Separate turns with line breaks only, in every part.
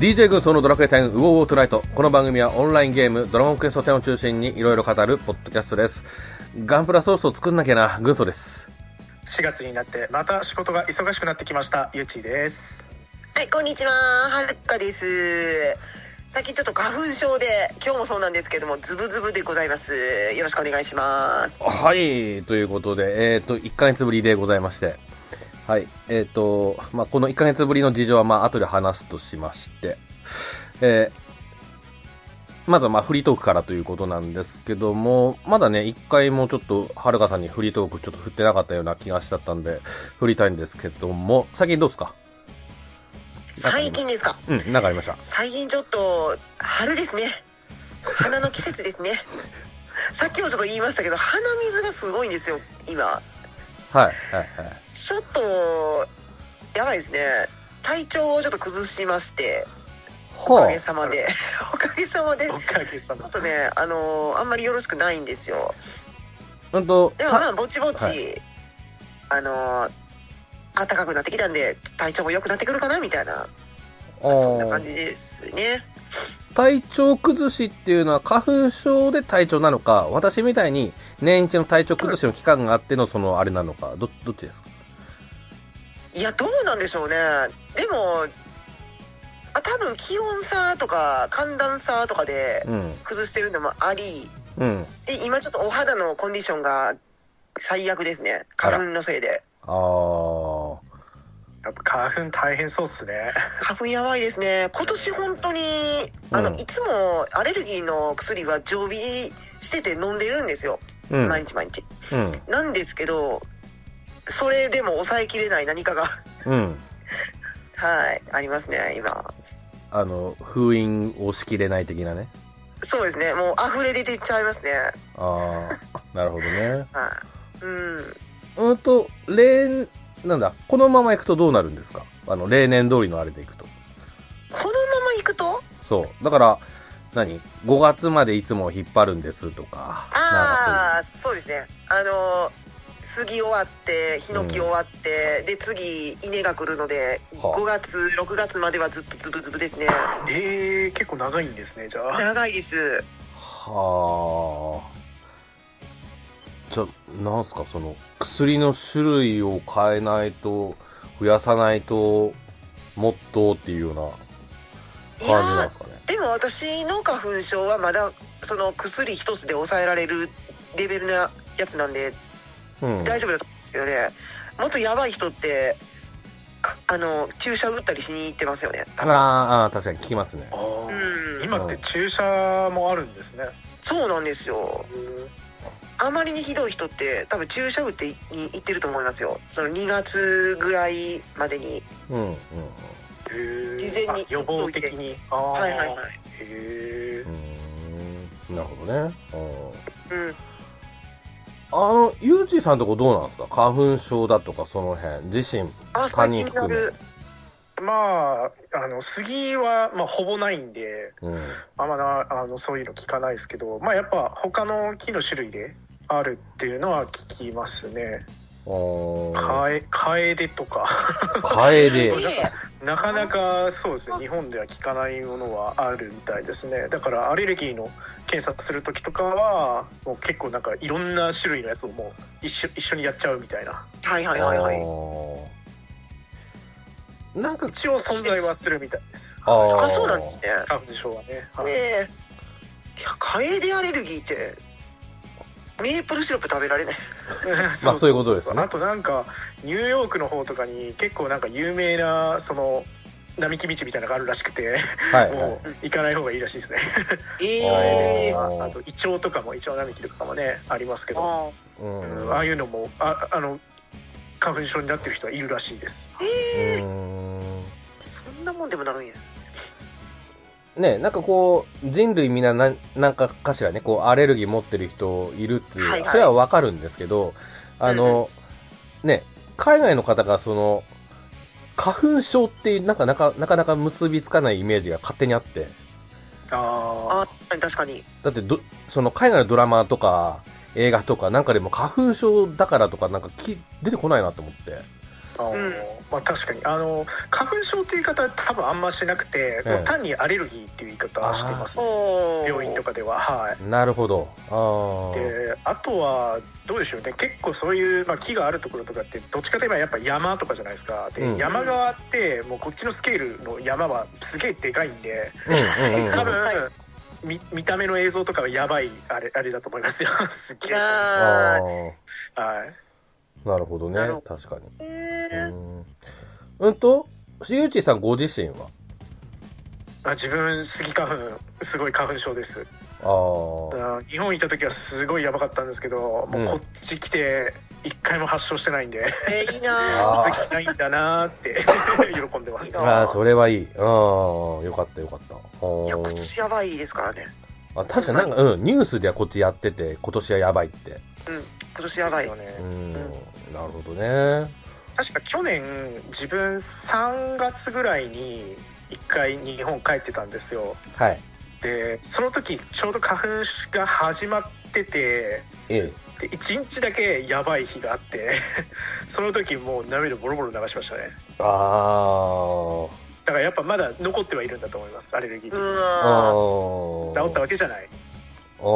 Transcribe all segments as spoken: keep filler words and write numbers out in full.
ディージェー 軍曹のドラクエテンウォーウォートゥナイト。この番組はオンラインゲームドラゴンクエストテンを中心にいろいろ語るポッドキャストです。ガンプラソースを作んなきゃな、軍曹です。
しがつになってまた仕事が忙しくなってきました、ゆうちーです。
はい、こんにちは、はるかです。最近ちょっと花粉症で、今日もそうなんですけども、ズブズブでございます。よろしくお願いします。
はい、ということで、えっと、いっかげつぶりでございまして、はい、えっと、まあ、このいっかげつぶりの事情は、まあ、後で話すとしまして、えー、まずは、まあ、フリートークからということなんですけども、まだね、一回もちょっと、はるかさんにフリートークちょっと振ってなかったような気がしちゃったんで、振りたいんですけども、最近どうですか？
最近ですか？
うん、なんかありました。
最近ちょっと、春ですね。花の季節ですね。さっきもちょっと言いましたけど、鼻水がすごいんですよ、今。はい、
はい、はい。
ちょっと、やばいですね。体調をちょっと崩しまして、おかげさまで。おかげさまで。
おかげさまで。
ちょっとね、あのー、あんまりよろしくないんですよ。
本当。
でもまあ、ぼちぼち、はい、あのー、暖かくなってきたんで、体調も良くなってくるかなみたいな、そんな感じですね。
体調崩しっていうのは花粉症で体調なのか、私みたいに年一の体調崩しの期間があってのそのあれなのか、ど、どっちですか？
いや、どうなんでしょうね。でも、あ、多分気温差とか寒暖差とかで崩してるのもあり、うん、で今ちょっとお肌のコンディションが最悪ですね、花粉のせいで。
ああ、
やっぱ花粉大変そうっすね。
花粉やばいですね。今年本当にあの、うん、いつもアレルギーの薬は常備してて飲んでるんですよ、うん、毎日毎日、うん、なんですけど、それでも抑えきれない何かが、うん、はいありますね今。
あの封印をしきれない的なね。
そうですね、もう溢れ出てっちゃいますね。
ああ、なるほどね。はい、
うん。
うんと例なんだ、このままいくとどうなるんですか？あの例年通りのあれでいくと。こ
のままいくと？
そう。だから何？ごがつまでいつも引っ張るんですとか。
ああ、そうですね。あの杉終わってヒノキ終わって、うん、で次稲が来るので、はあ、ごがつろくがつまではずっとズブズブですね。
えー、結構長いんですね。じゃあ
長いです。
はあ。じゃなんすか、その薬の種類を変えないと、増やさないともっとっていうような感じなんですかね。
でも私の花粉症はまだその薬一つで抑えられるレベルなやつなんで、うん、大丈夫だと思うんですよね。もっとやばい人ってあの注射打ったりしに行ってますよね。
ああ、確かに聞きますね。
うん、今って注射もあるんですね。
そうなんですよ。あまりにひどい人って多分注射打ってに行ってると思いますよ。そのにがつぐらいまでに、うんうん、事前に
予防的に。あ、
はいはいはい。
へー、
うーん、なるほどね。うん、あのゆうちさんとこどうなんですか？花粉症だとかその辺自身
他に含め。
まあ、あの杉は、まあ、ほぼないんで、うん、あんまなあのそういうの聞かないですけど、まあ、やっぱ他の木の種類であるっていうのは聞きますね。カエ、カエデとか
カエデ
なかなかそうですね、日本では聞かないものはあるみたいですね。だからアレルギーの検査するときとかはもう結構なんかいろんな種類のやつをもう一緒、一緒にやっちゃうみたいな。
はいはいはいはい。
なんか一応存在はするみたいです。
ああ、そうなんですね。
花粉症はね。
はい、ねえ。カエデアレルギーってメープルシロップ食べられない。
まあそういうことですね。
あとなんかニューヨークの方とかに結構なんか有名なその並木道みたいなのがあるらしくて、はい、もう行かない方がいいらしいですね。えー、あとイチョウとかもイチョウ並木とかもねありますけど、あ, うんああいうのもああの花粉症になってる人はいるらしいです。
へー、そんなもんでもなるんや。
ね、なんかこう人類みんな何かかしらね、こうアレルギー持ってる人いるっていう、はいはい、それはわかるんですけど、あの、うん、ね、海外の方がその花粉症ってなんかなかなかなか結びつかないイメージが勝手にあって。
ああ、確かに。
だってどその海外のドラマとか映画とかなんかでも花粉症だからとかなんかき出てこないなと思って。
あ、うん、まあ、確かにあの花粉症っていう言い方は多分あんましなくて、ええ、単にアレルギーっていう言い方はしてます、ね、病院とかでは。はい、
なるほど。
あであとはどうでしょうね、結構そういう、まあ、木があるところとかってどっちかといえばやっぱ山とかじゃないですか。で、うん、山側ってもうこっちのスケールの山はすげえでかいんで、うんうん、多分、はい、見, 見た目の映像とかはやばいあれあれだと思いますよ。すげえ。あ、
はい、なるほどね。確かに。うんうんとゆうちさんご自身は？
あ、自分スギ花粉すごい花粉症です。あ日本いた時はすごいやばかったんですけど、もうこっち来て一回も発症してないんで、
えー、いいな
ーないんだなーって喜んでます。
ああ、それはいい。ああ、よかったよかった。
いや、今年やばいですからね。
あ、確かになんか、うん、ニュースではこっちやってて、今年はやばいって。
うん、今年やばいよ
ね。うん、なるほどね。
確か去年自分さんがつぐらいに一回日本帰ってたんですよ。
はい。
でその時ちょうど花粉が始まってて、ええ、でいちにちだけやばい日があってその時もう涙ボロボロ流しましたね。ああ。だからやっぱまだ残ってはいるんだと思います、アレルギー。うん。治ったわけじゃない。
あ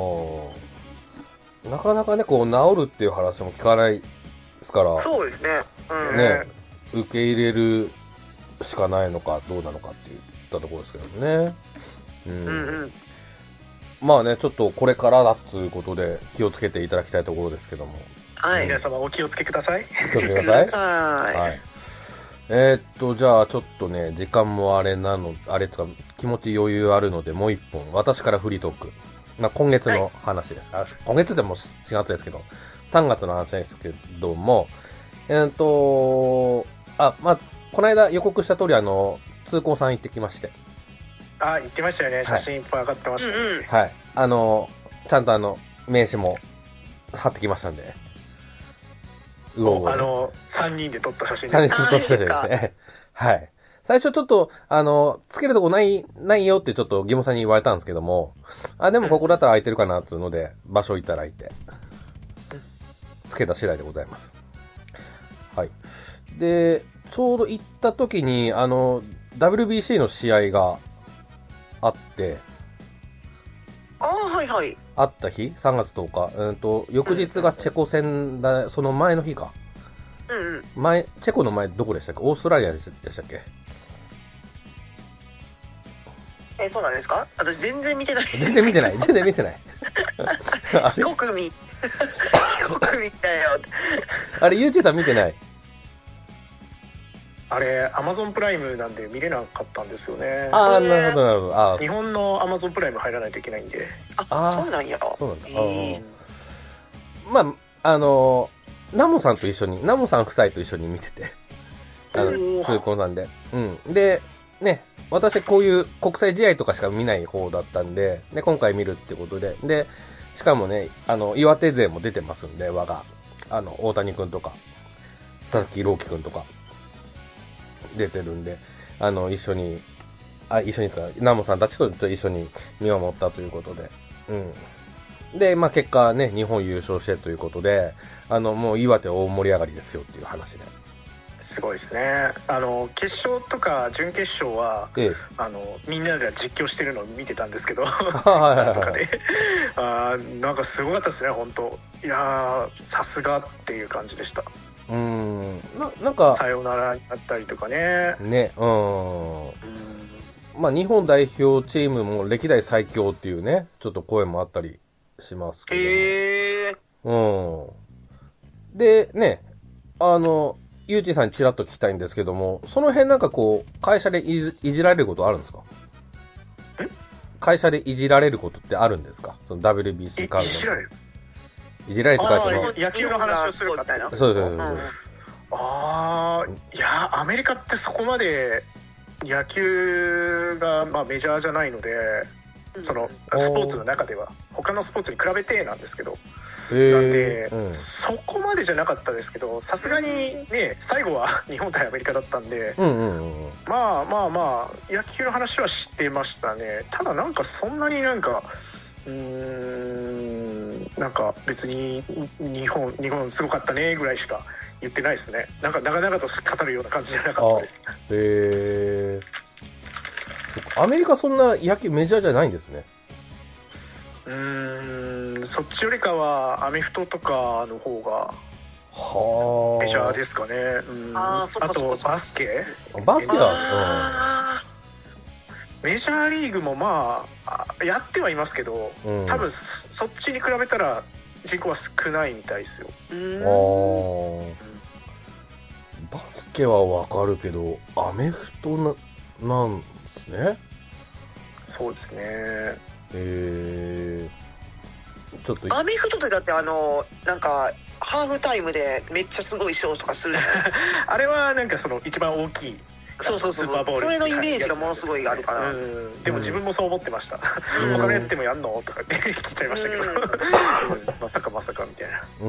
あ。なかなかねこう治るっていう話も聞かないですから。
そうですね。
うん、ね、受け入れるしかないのかどうなのかっていったところですけどね。うんうんうん、まあね、ちょっとこれからだっつうことで気をつけていただきたいところですけども。
はい、うん、皆様お気をつけください。
気をつけください。はい。えー、っと、じゃあちょっとね、時間もあれなの、あれとか気持ち余裕あるのでもう一本、私からフリートーク。まあ今月の話です。はい、今月でもしがつですけど、さんがつの話ですけども、えー、っと、あ、まあ、この間予告した通り、あの、通行さん行ってきまして。
あ、言ってましたよね。写真いっぱい上がってましたね。はい。
はい、あの、ちゃんとあの、名刺も貼ってきましたんで。
うおうおあの、さんにんで撮った写真ですね。
さんにんで撮った写真ですね。はい。最初ちょっと、あの、つけるとこない、ないよってちょっとギモさんに言われたんですけども、あ、でもここだったら空いてるかなっていうので、場所いただいて、つけた次第でございます。はい。で、ちょうど行った時に、あの、ダブリュービーシー の試合があって、
ああ、はいはい。
あった日 ?さんがつとおか。うんと、翌日がチェコ戦だ、その前の日か。
うんうん。
前、チェコの前どこでしたっけ？オーストラリアでしたっけ？
え、そうなんですか？私全然見てない。
全然見てない。全然見てない。
非国民。非国民だよ。
あれ、ユーチさん見てない？
あれ、アマゾンプライムなんで見れなかったんですよね。
ああ、なるほど、なるほど。あ
日本のアマゾンプライム入らないといけないんで。
あ、そうなんや。
そうなんだ。えー、まあ、あの、ナモさんと一緒に、ナモさん夫妻と一緒に見てて、あの、通行なんで。うん。で、ね、私こういう国際試合とかしか見ない方だったんで、で、今回見るってことで、で、しかもね、あの、岩手勢も出てますんで、我が、あの、大谷くんとか、佐々木朗希くんとか、出てるんで、あの、一緒に、あ、一緒にですか、ナモさんたちと一緒に見守ったということで、うん。で、まあ、結果ね、日本優勝してということで、あの、もう岩手大盛り上がりですよっていう話で。
すごいですね。あの、決勝とか準決勝は、ええ、あの、みんなで実況してるのを見てたんですけど、なんかね、あなんかすごかったですね、本当。いやー、さすがっていう感じでした。
うーんな、なんか、
さよならになったりとかね。
ね、うん。うんまあ、日本代表チームも歴代最強っていうね、ちょっと声もあったりしますけど。
へー。
うん。で、ね、あの、ゆうちさんにちらっと聞きたいんですけども、その辺なんかこう、会社でいじ、いじられることあるんですか？ん会社でいじられることってあるんですか？その ダブリュービーシー カード。いじられるいじられるって書いてあ
る。野球の話をするみたいな。
そうです、そうです。
あー、いや、アメリカってそこまで野球が、まあ、メジャーじゃないので、そのスポーツの中では他のスポーツに比べてなんですけど、なんで、うん、そこまでじゃなかったですけど、さすがにね、最後は日本対アメリカだったんで、うんうんうん、まあまあまあ野球の話は知ってましたね。ただなんかそんなになんかうーんなんか別に日本日本すごかったねぐらいしか言ってないですね。なんか長々と語るような感じじゃなかったです。
へー。アメリカそんな野球メジャーじゃないんですね。
うーん、そっちよりかはアメフトとかの方が
は
メジャーですかね。うん、あ, あとバスケ
バスケは、
うん、メジャーリーグもまあやってはいますけど、うん、多分そっちに比べたら人口は少ないみたいですよ。うん、
バスケはわかるけどアメフト な, なんですね。
そうですね。
えー、ちょっと
アメフトってだってあのなんかハーフタイムでめっちゃすごいショーとかする
あれはなんかその一番大きい
そうそうそう、スーパーボールそれのイメージがものすごいあるかな。
うん、でも自分もそう思ってました。うん、他のやってもやんのとかって聞いちゃいましたけど、うん、まさかまさかみたいな。うん、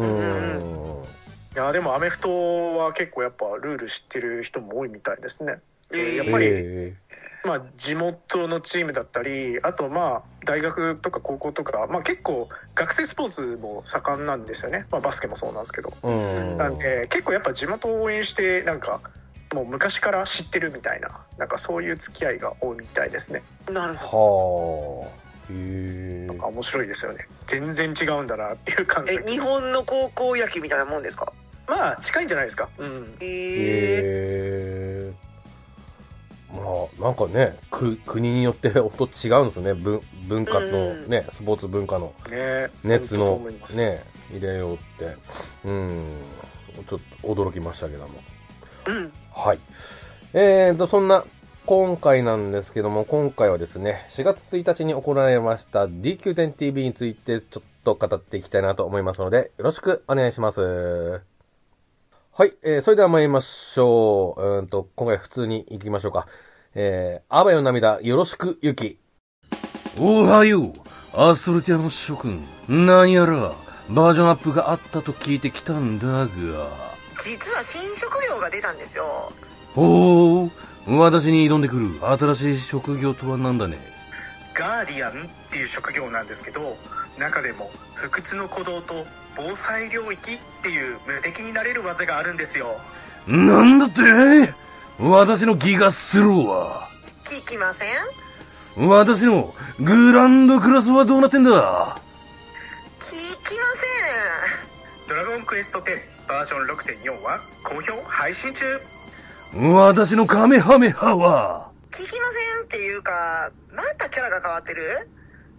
いやでもアメフトは結構やっぱルール知ってる人も多いみたいですね。えー、やっぱり、えーまあ、地元のチームだったり、あとまあ大学とか高校とか、まあ、結構学生スポーツも盛んなんですよね、まあ、バスケもそうなんですけど、うんなんで結構やっぱ地元を応援してなんかもう昔から知ってるみたいな、なんかそういう付き合いが多いみたいですね。
なるほ
ど。はあ、へえ。
なんか面白いですよね。全然違うんだなっていう感じ。
え、日本の高校野球みたいなもんですか？
まあ近いんじゃないですか。うん。へ
え。まあなんかね、く国によってほんと違うんですよね。文文化のね、スポーツ文化の熱のね入れようって、うん、ちょっと驚きましたけども。
うん、
はい。えーと、そんな、今回なんですけども、今回はですね、しがつついたちに行われました ディーキューテンティーブイ についてちょっと語っていきたいなと思いますので、よろしくお願いします。はい、えー、それでは参りましょう。うーんと、今回普通に行きましょうか。えー、アバよ涙、よろしくゆき。
おはよう、アストルティアの諸君。何やら、バージョンアップがあったと聞いてきたんだが。
実は新職業が出たんですよ。
おー、私に挑んでくる新しい職業とは何だね。
ガーディアンっていう職業なんですけど、中でも不屈の鼓動と防災領域っていう無敵になれる技があるんですよ。
なんだって？私のギガスローは
聞きませ
ん。私のグランドクラスはどうなってんだ？
聞きま
せん。ドラゴンクエストテンバージョン ろくてんよん は好評配信中。
私のカメハメハは
聞きませんっていうか、またキャラが変わってる？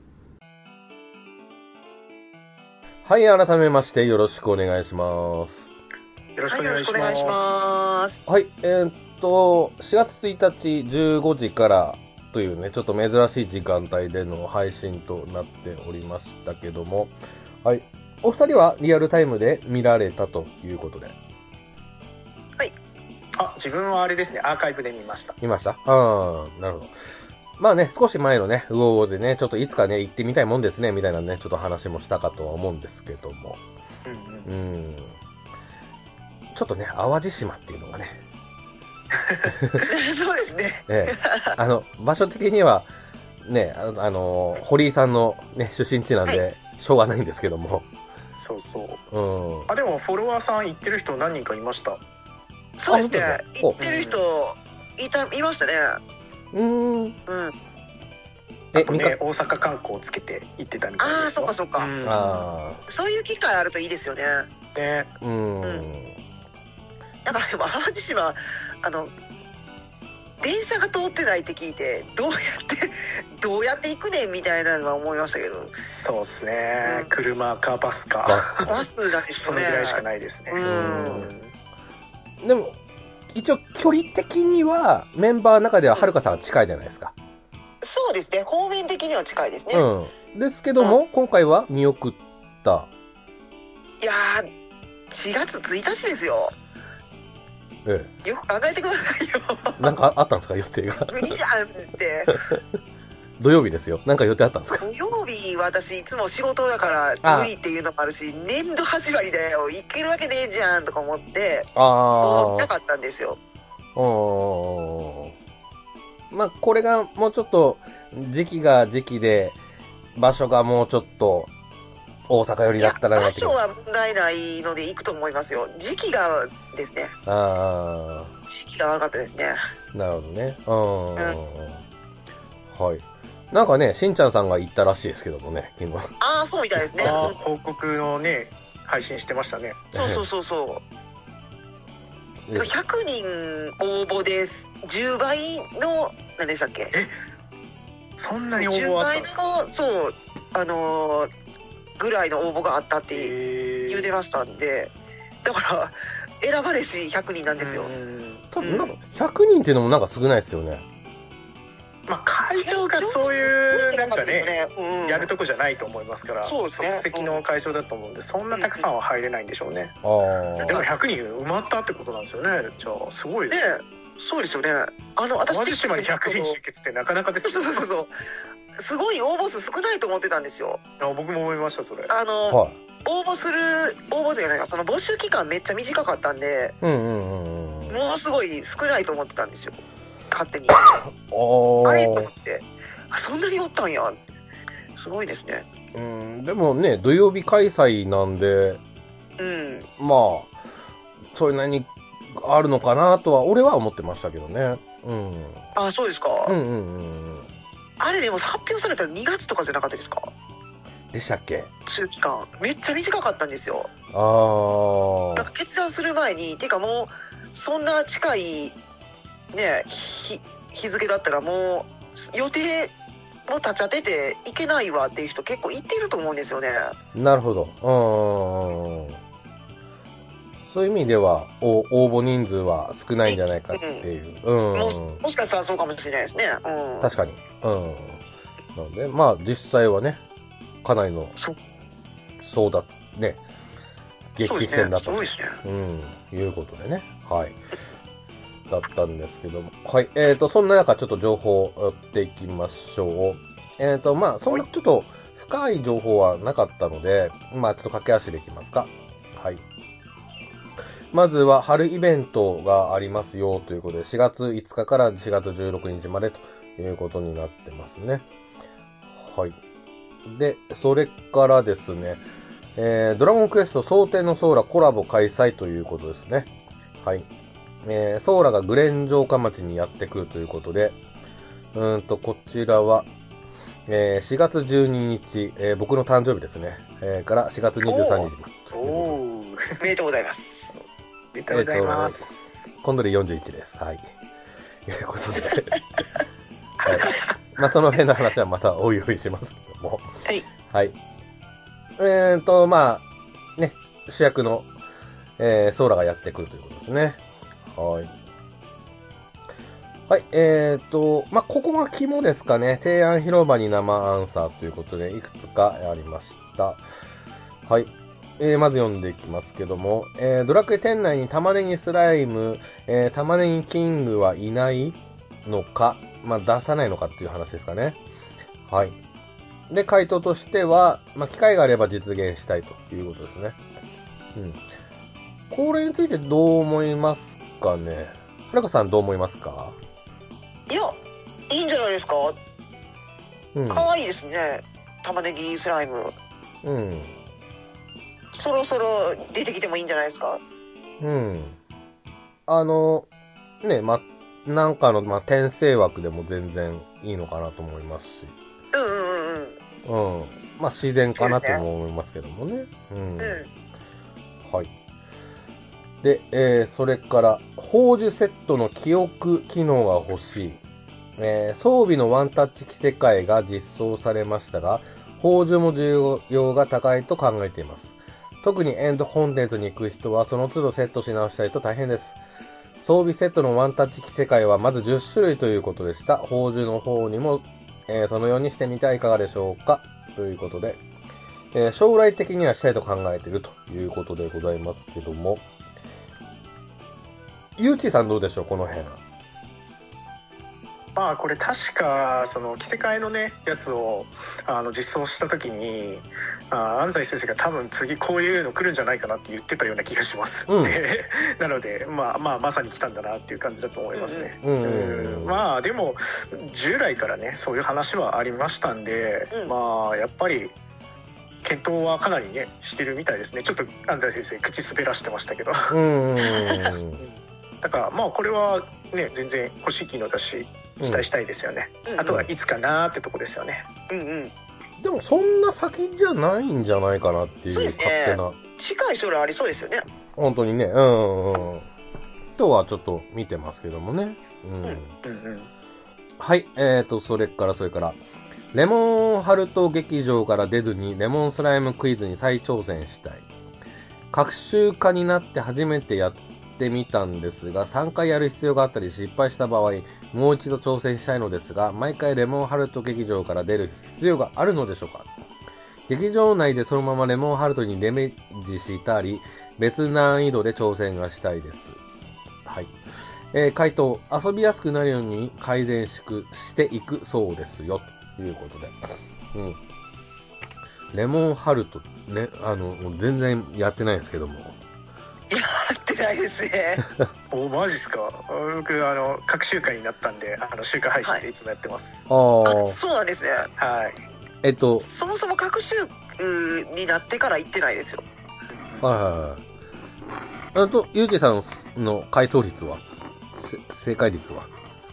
はい、改めましてよろしくお願いします。
よろしくお願いします。はい、よろしくお願いし
ます。
はい、えー、っと、しがつついたちじゅうごじからというね、ちょっと珍しい時間帯での配信となっておりましたけども、はい、お二人はリアルタイムで見られたということで。
はい。
あ、自分はあれですね、アーカイブで見ました。
見ました？ああ、なるほど。まあね、少し前のね、ウオーでね、ちょっといつかね、行ってみたいもんですね、みたいなね、ちょっと話もしたかとは思うんですけども。うん、うん。うん。ちょっとね、淡路島っていうのがね。
そうですね。
ええ。あの、場所的には、ね、あの、あの堀井さんのね、出身地なんで、はい、しょうがないんですけども。
そうそ
う。うん。
あ、でもフォロワーさん行ってる人何人かいました。
そうですね。行ってる人、いた、いましたね。
うーん。うん。
え、ね、大阪観光をつけて行ってたみたいですよ。
ああ、そっかそっか。うん、あそういう機会あるといいですよね。
ね。
うん。うん、
だからでも淡路島、あの、電車が通ってないって聞いて、どうやって、どうやって行くねんみたいなのは思いましたけど。
そうっすね。うん、車かバスか。
バスがですね。
そのぐらいしかないですね。うん。
うん、でも、一応距離的にはメンバーの中でははるかさんは近いじゃないですか。
そうですね。方面的には近いですね。
うん。ですけども、うん、今回は見送った。
いやー、しがつついたちですよ。
え
え。よく考えてくださいよ。
なんかあったんですか、予定が。
いいじゃんって。
土曜日ですよ。なんか予定あったんですか？
土曜日、私いつも仕事だから無理っていうのもあるし、年度始まりだよ、行けるわけねえじゃんとか思って、
ああ。
そうしなかったんですよ。
おー。まあ、これがもうちょっと、時期が時期で、場所がもうちょっと大阪寄りだったら
場所は問題ないので行くと思いますよ。時期がですね。
ああ。
時期が悪かったですね。
なるほどね。うん。はい。なんかね、しんちゃんさんが行ったらしいですけどもね、昨日。
ああ、そうみたいですね。
あ報告のね、配信してましたね。
そうそうそうそう。ひゃくにん応募でじゅうばいの、何でしたっけ？
えそんなに応募あったんですか？
じゅうばいの、そう、あのー、ぐらいの応募があったって言うてましたんで、だから選ばれしひゃくにんなんですよ。
多分なんかひゃくにんっていうのもなんか少ないですよね。
まあ会場がそういうなんかね、うん、やるとこじゃないと思いますから、
そうですね。
即席の会場だと思うんで、そんなたくさんは入れないんでしょうね。うん、でもひゃくにん埋まったってことなんですよね。じゃあすごいですね。
そうですよね。あの私
淡路島にひゃくにん集結ってなかなかですよね。そうそうそう。
すごい応募数少ないと思ってたんですよ。
あ、僕も思いましたそれ。
あの、はい、応募する応募じゃないか、その募集期間めっちゃ短かったんで、うんうんうん、ものすごい少ないと思ってたんですよ。勝手に。あれと思って、あ、そんなにおったんや。すごいですね。
うん、でもね、土曜日開催なんで、うん、まあそれなりにあるのかなとは俺は思ってましたけどね。うん。
あ、そうですか。
うんうんうん。
あれでも発表されたらにがつとかじゃなかったですか？
でしたっけ？
周期間めっちゃ短かったんですよ。
ああ。
なんか決断する前に、てかもうそんな近いね日、日付だったらもう予定も立ち会ってていけないわっていう人結構いっていると思うんですよね。
なるほど。うん。そういう意味では応募人数は少ないんじゃないかっていう。うん。うん、
も, もしかしたらそうかもしれないですね。うん、
確かに。うん。なので、まあ実際はね、かなりの、そうだ、ね、激戦だったと、ねうん、いうことでね。はい。だったんですけども。はい。えっ、ー、と、そんな中ちょっと情報を追っていきましょう。えっ、ー、と、まあ、そんなちょっと深い情報はなかったので、まあ、ちょっと駆け足でいきますか。はい。まずは春イベントがありますよということで、しがついつかからしがつじゅうろくにちまでということになってますね。はい。で、それからですね、えー、ドラゴンクエスト蒼天のソーラコラボ開催ということですね。はい。えー、ソーラがグレン城下町にやってくるということで、うーんと、こちらは、えー、しがつじゅうににち、えー、僕の誕生日ですね、えー、からしがつにじゅうさんにち。
おー、おめでとうございます。
おめでとうございます。
えー、コンドリよんじゅういちです。はい。ということで、はい。まあ、その辺の話はまたおいおいしますけども。
はい。
はい。えーと、まあ、ね、主役の、えー、ソーラがやってくるということですね。はい。はい、えーと、まあ、ここが肝ですかね。提案広場に生アンサーということで、いくつかありました。はい。えー、まず読んでいきますけども、えー、ドラクエ店内に玉ねぎスライム、えー、玉ねぎキングはいないのか、まあ、出さないのかっていう話ですかね。はい。で、回答としては、まあ、機会があれば実現したいということですね。うん。これについてどう思いますかね。はるかさんどう思いますか？
いや、いいんじゃないですか。うん。かわいいですね。玉ねぎスライム。うん。そろそろ出てきてもいいんじゃないですか。
うん。あの、ね、ま、なんかの、ま、転生枠でも全然いいのかなと思いますし。
うんうんうん
うん。うん。まあ、自然かなとも思いますけどもね。うん。うん。はい。で、えー、それから、宝珠セットの記憶機能が欲しい。えー、装備のワンタッチ着せ替えが実装されましたが、宝珠も需要が高いと考えています。特にエンドコンテンツに行く人はその都度セットし直したいと大変です。装備セットのワンタッチ着せ替えはまずじゅっしゅるいということでした。宝珠の方にも、えー、そのようにしてみてはいかがでしょうかということで、えー、将来的にはしたいと考えているということでございますけども、ゆうちーさんどうでしょう、この辺。
まあこれ確かその着せ替えのねやつをあの実装した時にあ安西先生が多分次こういうの来るんじゃないかなって言ってたような気がします、うん、なので、まあ、まあまさに来たんだなっていう感じだと思いますね、うんうん、まあでも従来からねそういう話はありましたんで、うん、まあやっぱり検討はかなりねしてるみたいですね。ちょっと安西先生口滑らしてましたけど
うん
だからまあこれはね全然欲しい機能だし期待したいですよね、うん、あとはいつかなーってとこですよね。
うんうん。
でもそんな先じゃないんじゃないかなっていう勝手な、ね、
近い将来ありそうですよね。
本当にね、うんうんとはちょっと見てますけどもね。うん。うんうん、はい、えーと、それからそれから、レモンハルト劇場から出ずにレモンスライムクイズに再挑戦したい。各週化になって初めてやってみたんですが、さんかいやる必要があったり失敗した場合、もう一度挑戦したいのですが、毎回レモンハルト劇場から出る必要があるのでしょうか。劇場内でそのままレモンハルトにリベンジしたり、別難易度で挑戦がしたいです。はい。えー、回答、遊びやすくなるように改善しくしていくそうですよ、ということで。うん。レモンハルト、ね、あの、全然やってないですけども。
やってないですね。
お、マジっすか。僕、あの、各週間になったんで、あの、週間配信でいつもやってます。
はい、ああ。そうなんですね。
はい。
えっと。
そもそも各週になってから行ってないですよ。
はいはいはい。あと、ゆうじさんの回答率は正解率は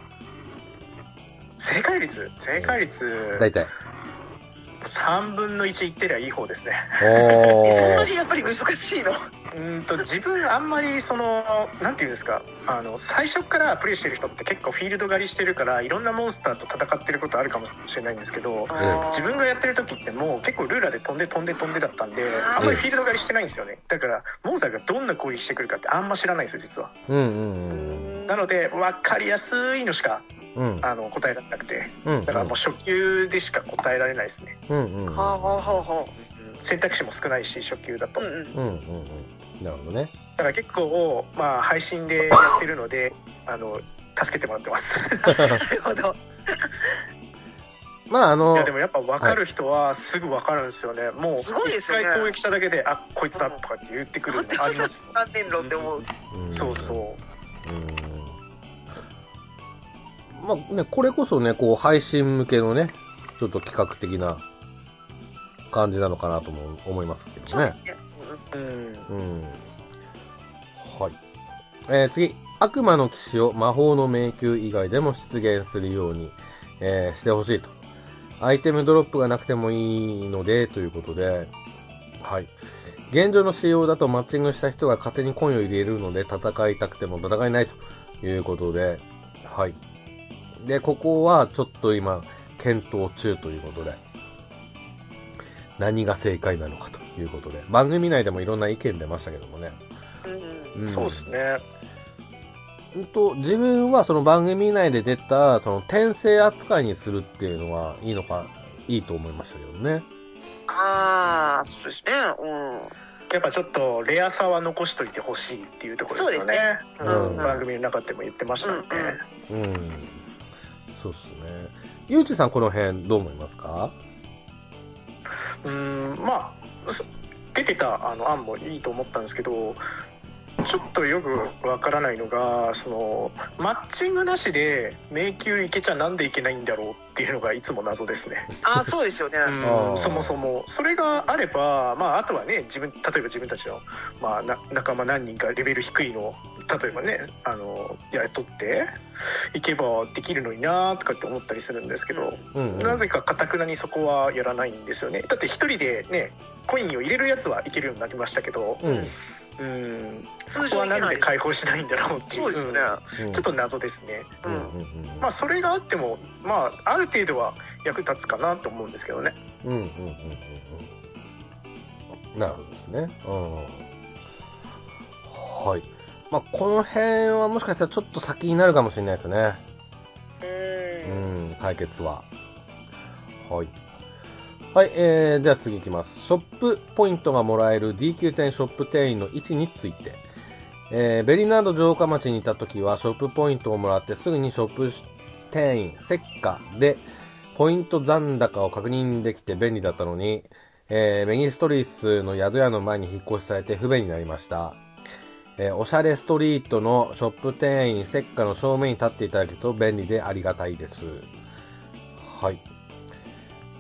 正解率正解率。
だいたい。
さんぶんのいちいってりゃいい方ですね。
おそんなにやっぱり難しいの？
うんと自分あんまりそのなんていうんですか、あの最初からプレイしてる人って結構フィールド狩りしてるからいろんなモンスターと戦ってることあるかもしれないんですけど、自分がやってる時ってもう結構ルーラーで飛んで飛んで飛んでだったんで、あんまりフィールド狩りしてないんですよね。だからモンスターがどんな攻撃してくるかってあんま知らないんですよ実は。
うんうんうん、
なので分かりやすいのしかうん、あの答えられなくて、うんうん、だからもう初級でしか答えられないですね。
うんうんうん、
はあはあはあ、
選択肢も少ないし初級だと。うんうんうんうん、
なるほどね。
だから結構まあ配信でやってるのであの助けてもらってます。
なるほど。
まああの
いやでもやっぱ分かる人はすぐ分かるんですよね。はい、もう一回攻撃しただけであこいつだとかって言ってくるんであります。
何年論って思う。
うん、そうそう。
うんまあね、これこそね、こう、配信向けのね、ちょっと企画的な感じなのかなとも思いますけどね。うん。うん。はい。えー、次。悪魔の騎士を魔法の迷宮以外でも出現するように、えー、してほしいと。アイテムドロップがなくてもいいので、ということで、はい。現状の仕様だとマッチングした人が勝手にコインを入れるので戦いたくても戦えないということで、はい。で、ここはちょっと今、検討中ということで、何が正解なのかということで、番組内でもいろんな意見出ましたけどもね。
うんうん、そうですね。
うんと、自分はその番組内で出た、その転生扱いにするっていうのはいいのか、いいと思いましたけどね。
ああ、そうですね。うん。
やっぱちょっとレアさは残しといてほしいっていうところですよね。そうですね。うん、番組の中でも言ってましたね。うん、うんうん
そうっすね。ゆうちさんこの辺どう思いますか？
うーん、まあ出てたあの案もいいと思ったんですけど、ちょっとよくわからないのが、そのマッチングなしで迷宮行けちゃなんでいけないんだろうっていうのがいつも謎ですね。
あ、そうですよね。
うん、そもそもそれがあれば、まああとはね、自分例えば自分たちのまあな仲間何人かレベル低いの例えばね、あの雇っていけばできるのになとかって思ったりするんですけど、うんうん、なぜか堅くなにそこはやらないんですよね。だって一人でねコインを入れるやつはいけるようになりましたけど、うんうん、そこはなんで解放しないんだろうっていう、そうですね、うん、ちょっと謎ですね。うんうんうん、まあそれがあってもまあある程度は役立つかなと思うんですけどね。うんうんうんうん
うん。なるほどですね。うん。はい。まあこの辺はもしかしたらちょっと先になるかもしれないですね。うん。解決は。はい。はい、えー、では次いきます。ショップポイントがもらえる ディーきゅう 店ショップ店員の位置について。えー、ベリナード城下町にいたときはショップポイントをもらってすぐにショップ店員、セッカでポイント残高を確認できて便利だったのに、えー、メギストリスの宿屋の前に引っ越しされて不便になりました。えー、おしゃれストリートのショップ店員、セッカの正面に立っていただけると便利でありがたいです。はい。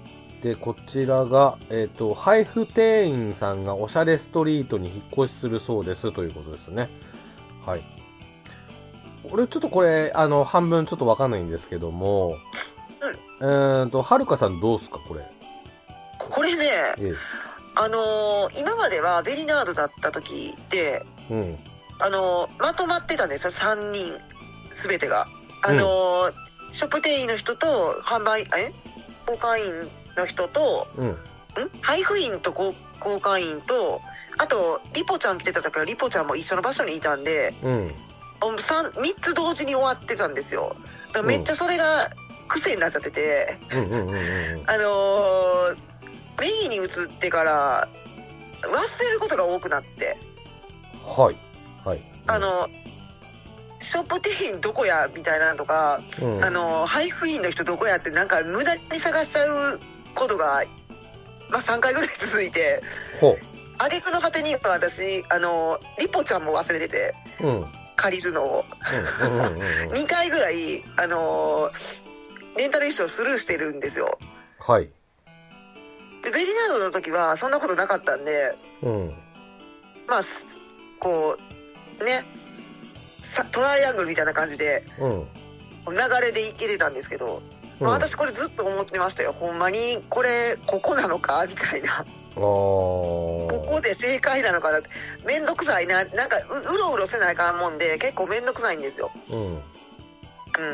で、こちらが、えっ、ー、と、配布店員さんがおしゃれストリートに引っ越しするそうですということですね。はい。俺ちょっとこれ、あの、半分ちょっとわかんないんですけども、うん。えーと、はるかさんどうすか、これ。
これね、ええ、あのー、今まではベリナードだった時で、うん。あのー、まとまってたんですよ、さんにん、すべてが。あのーうん、ショップ店員の人と、販売、え交換員の人と、うん。ん配布員と交換員と、あと、リポちゃん来てた時はリポちゃんも一緒の場所にいたんで、うん。みっつ同時に終わってたんですよ。だからめっちゃそれが癖になっちゃってて、あのー、メギに移ってから忘れることが多くなって。
はいはい。
うん、あのショップ店員どこやみたいなのとか、うん、あの配布員の人どこやってなんか無駄に探しちゃうことが、まあ、さんかいぐらい続いて、挙句の果てに私あのリポちゃんも忘れてて。うん、借りるのをにかいぐらい、あのー、レンタル衣装スルーしてるんですよ。
はい。
でベリナードの時はそんなことなかったんで、うん、まあこうねトライアングルみたいな感じで、うん、流れでいけれたんですけど、まあ、私これずっと思ってましたよ。ほんまにこれここなのかみたいな。ここで正解なのかなって。めんどくさいな。なんか う, うろうろせないかんもんで結構めんどくさいんですよ。うん。うん、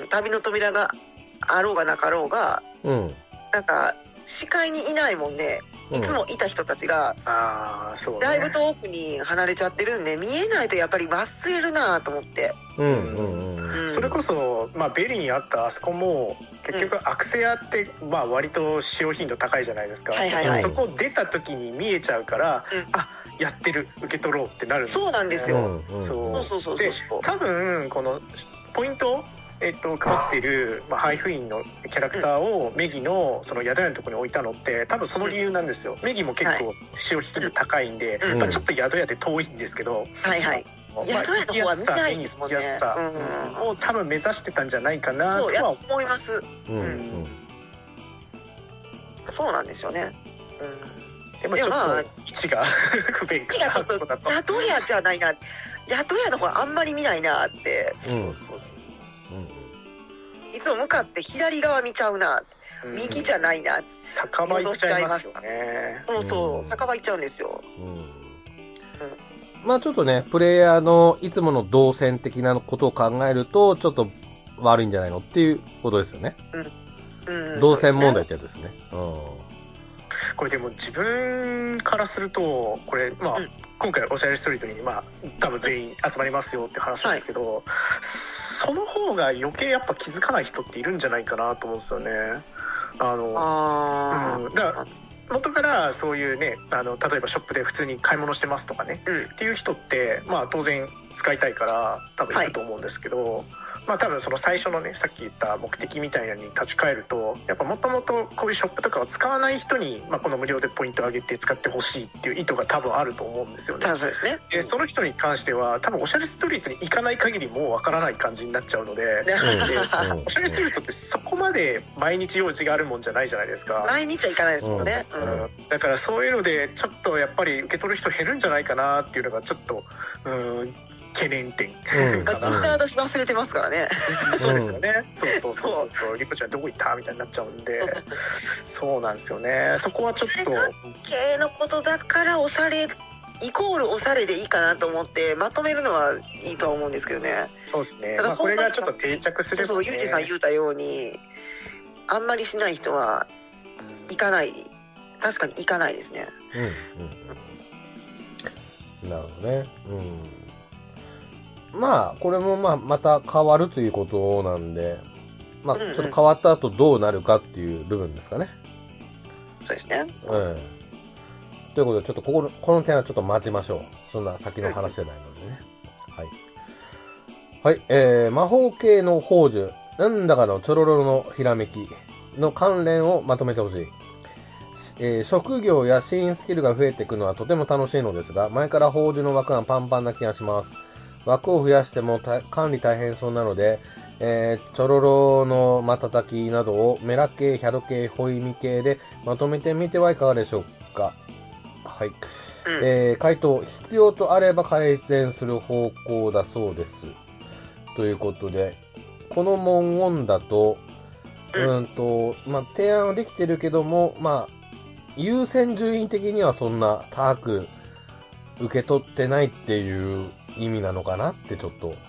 旅の扉があろうがなかろうが、うん、なんか視界にいないもんで、いつもいた人たちが、うんあそうね、だいぶ遠くに離れちゃってるんで見えないとやっぱり忘れるなと思って。うんうん
うんうん、それこそ、まあ、ベリにあったあそこも結局アクセアって、うんまあ、割と使用頻度高いじゃないですか、はいはいはい、そこ出た時に見えちゃうから、うん、あやってる受け取ろうってなるんです、
ね、そうなんですよ、
うんうん、そうそうそうそうで多分このポイントえっと、配っている、まあ、配布員のキャラクターをメギのその宿屋のところに置いたのって多分その理由なんですよ。メギも結構使用頻度高いんで、はいまあ、ちょっと宿屋で遠いんですけど、
はいはい
まあ、宿屋の方は見ないですもんね。行きやすさを多分目指してたんじゃないかなとは
思います、うんうん、そうなんですよね、
うん、でもちょっと位置が不便かな。位置がちょっと
宿屋じゃないな、宿屋の方はあんまり見ないなって、うん、そうそうそううん、いつも向かって左側見ちゃうな、うん、右じゃないな、
酒場行っちゃいますよね。
そうそう、うん、酒場行っちゃうんですよ、うんうん、
まあちょっとねプレイヤーのいつもの動線的なことを考えるとちょっと悪いんじゃないのっていうことですよね、うんうん、動線問題ってやつですね、うん、
これでも自分からするとこれまあ、うん、今回おしゃれストリートにまあ多分全員集まりますよって話なんですけど、はいその方が余計やっぱ気づかない人っているんじゃないかなと思うんですよね。あのあ、うん、だから元からそういうねあの例えばショップで普通に買い物してますとかね、うん、っていう人ってまあ当然使いたいから多分いると思うんですけど、はいまあ多分その最初のねさっき言った目的みたいなのに立ち返るとやっぱもともとこういうショップとかを使わない人に、まあ、この無料でポイントを上げて使ってほしいっていう意図が多分あると思うんですよね。
そうですね。
でその人に関しては多分おしゃれストリートに行かない限りもうわからない感じになっちゃうので、うん、でおしゃれストリートってそこまで毎日用事があるもんじゃないじゃないですか。
毎日は行かないですもんね、
うんうん、だからそういうのでちょっとやっぱり受け取る人減るんじゃないかなっていうのがちょっとうん懸念点、
うん、実際私忘れてますからね。
そうですよね、うん、そうそうそうそうリコちゃんどこ行ったみたいになっちゃうんでそうなんですよね。そこはちょっと
系のことだからおしゃれイコールおしゃれでいいかなと思ってまとめるのはいいとは思うんですけどね。
そうですね、まあ、これがちょっと定着すればね。
そうそうユージさん言うたようにあんまりしない人は行かない、確かに行かないですね。うん
うん、なるほどね。うんまあ、これもまあ、また変わるということなんで、まあ、ちょっと変わった後どうなるかっていう部分ですかね。
そうですね。
うん。ということで、ちょっとここの、この点はちょっと待ちましょう。そんな先の話じゃないのでね。はい。はい、えー、魔法系の宝珠、なんだかのちょろろのひらめきの関連をまとめてほしい。えー、職業やシーンスキルが増えていくのはとても楽しいのですが、前から宝珠の枠がパンパンな気がします。枠を増やしても管理大変そうなので、 えー、チョロロの瞬きなどをメラ系、ヒャド系、ホイミ系でまとめてみてはいかがでしょうか。はい。うん、えー、回答、必要とあれば改善する方向だそうです。ということで、この文言だと、うんと、まあ、提案はできてるけども、まあ、優先順位的にはそんな高く受け取ってないっていう意味なのかなってちょっと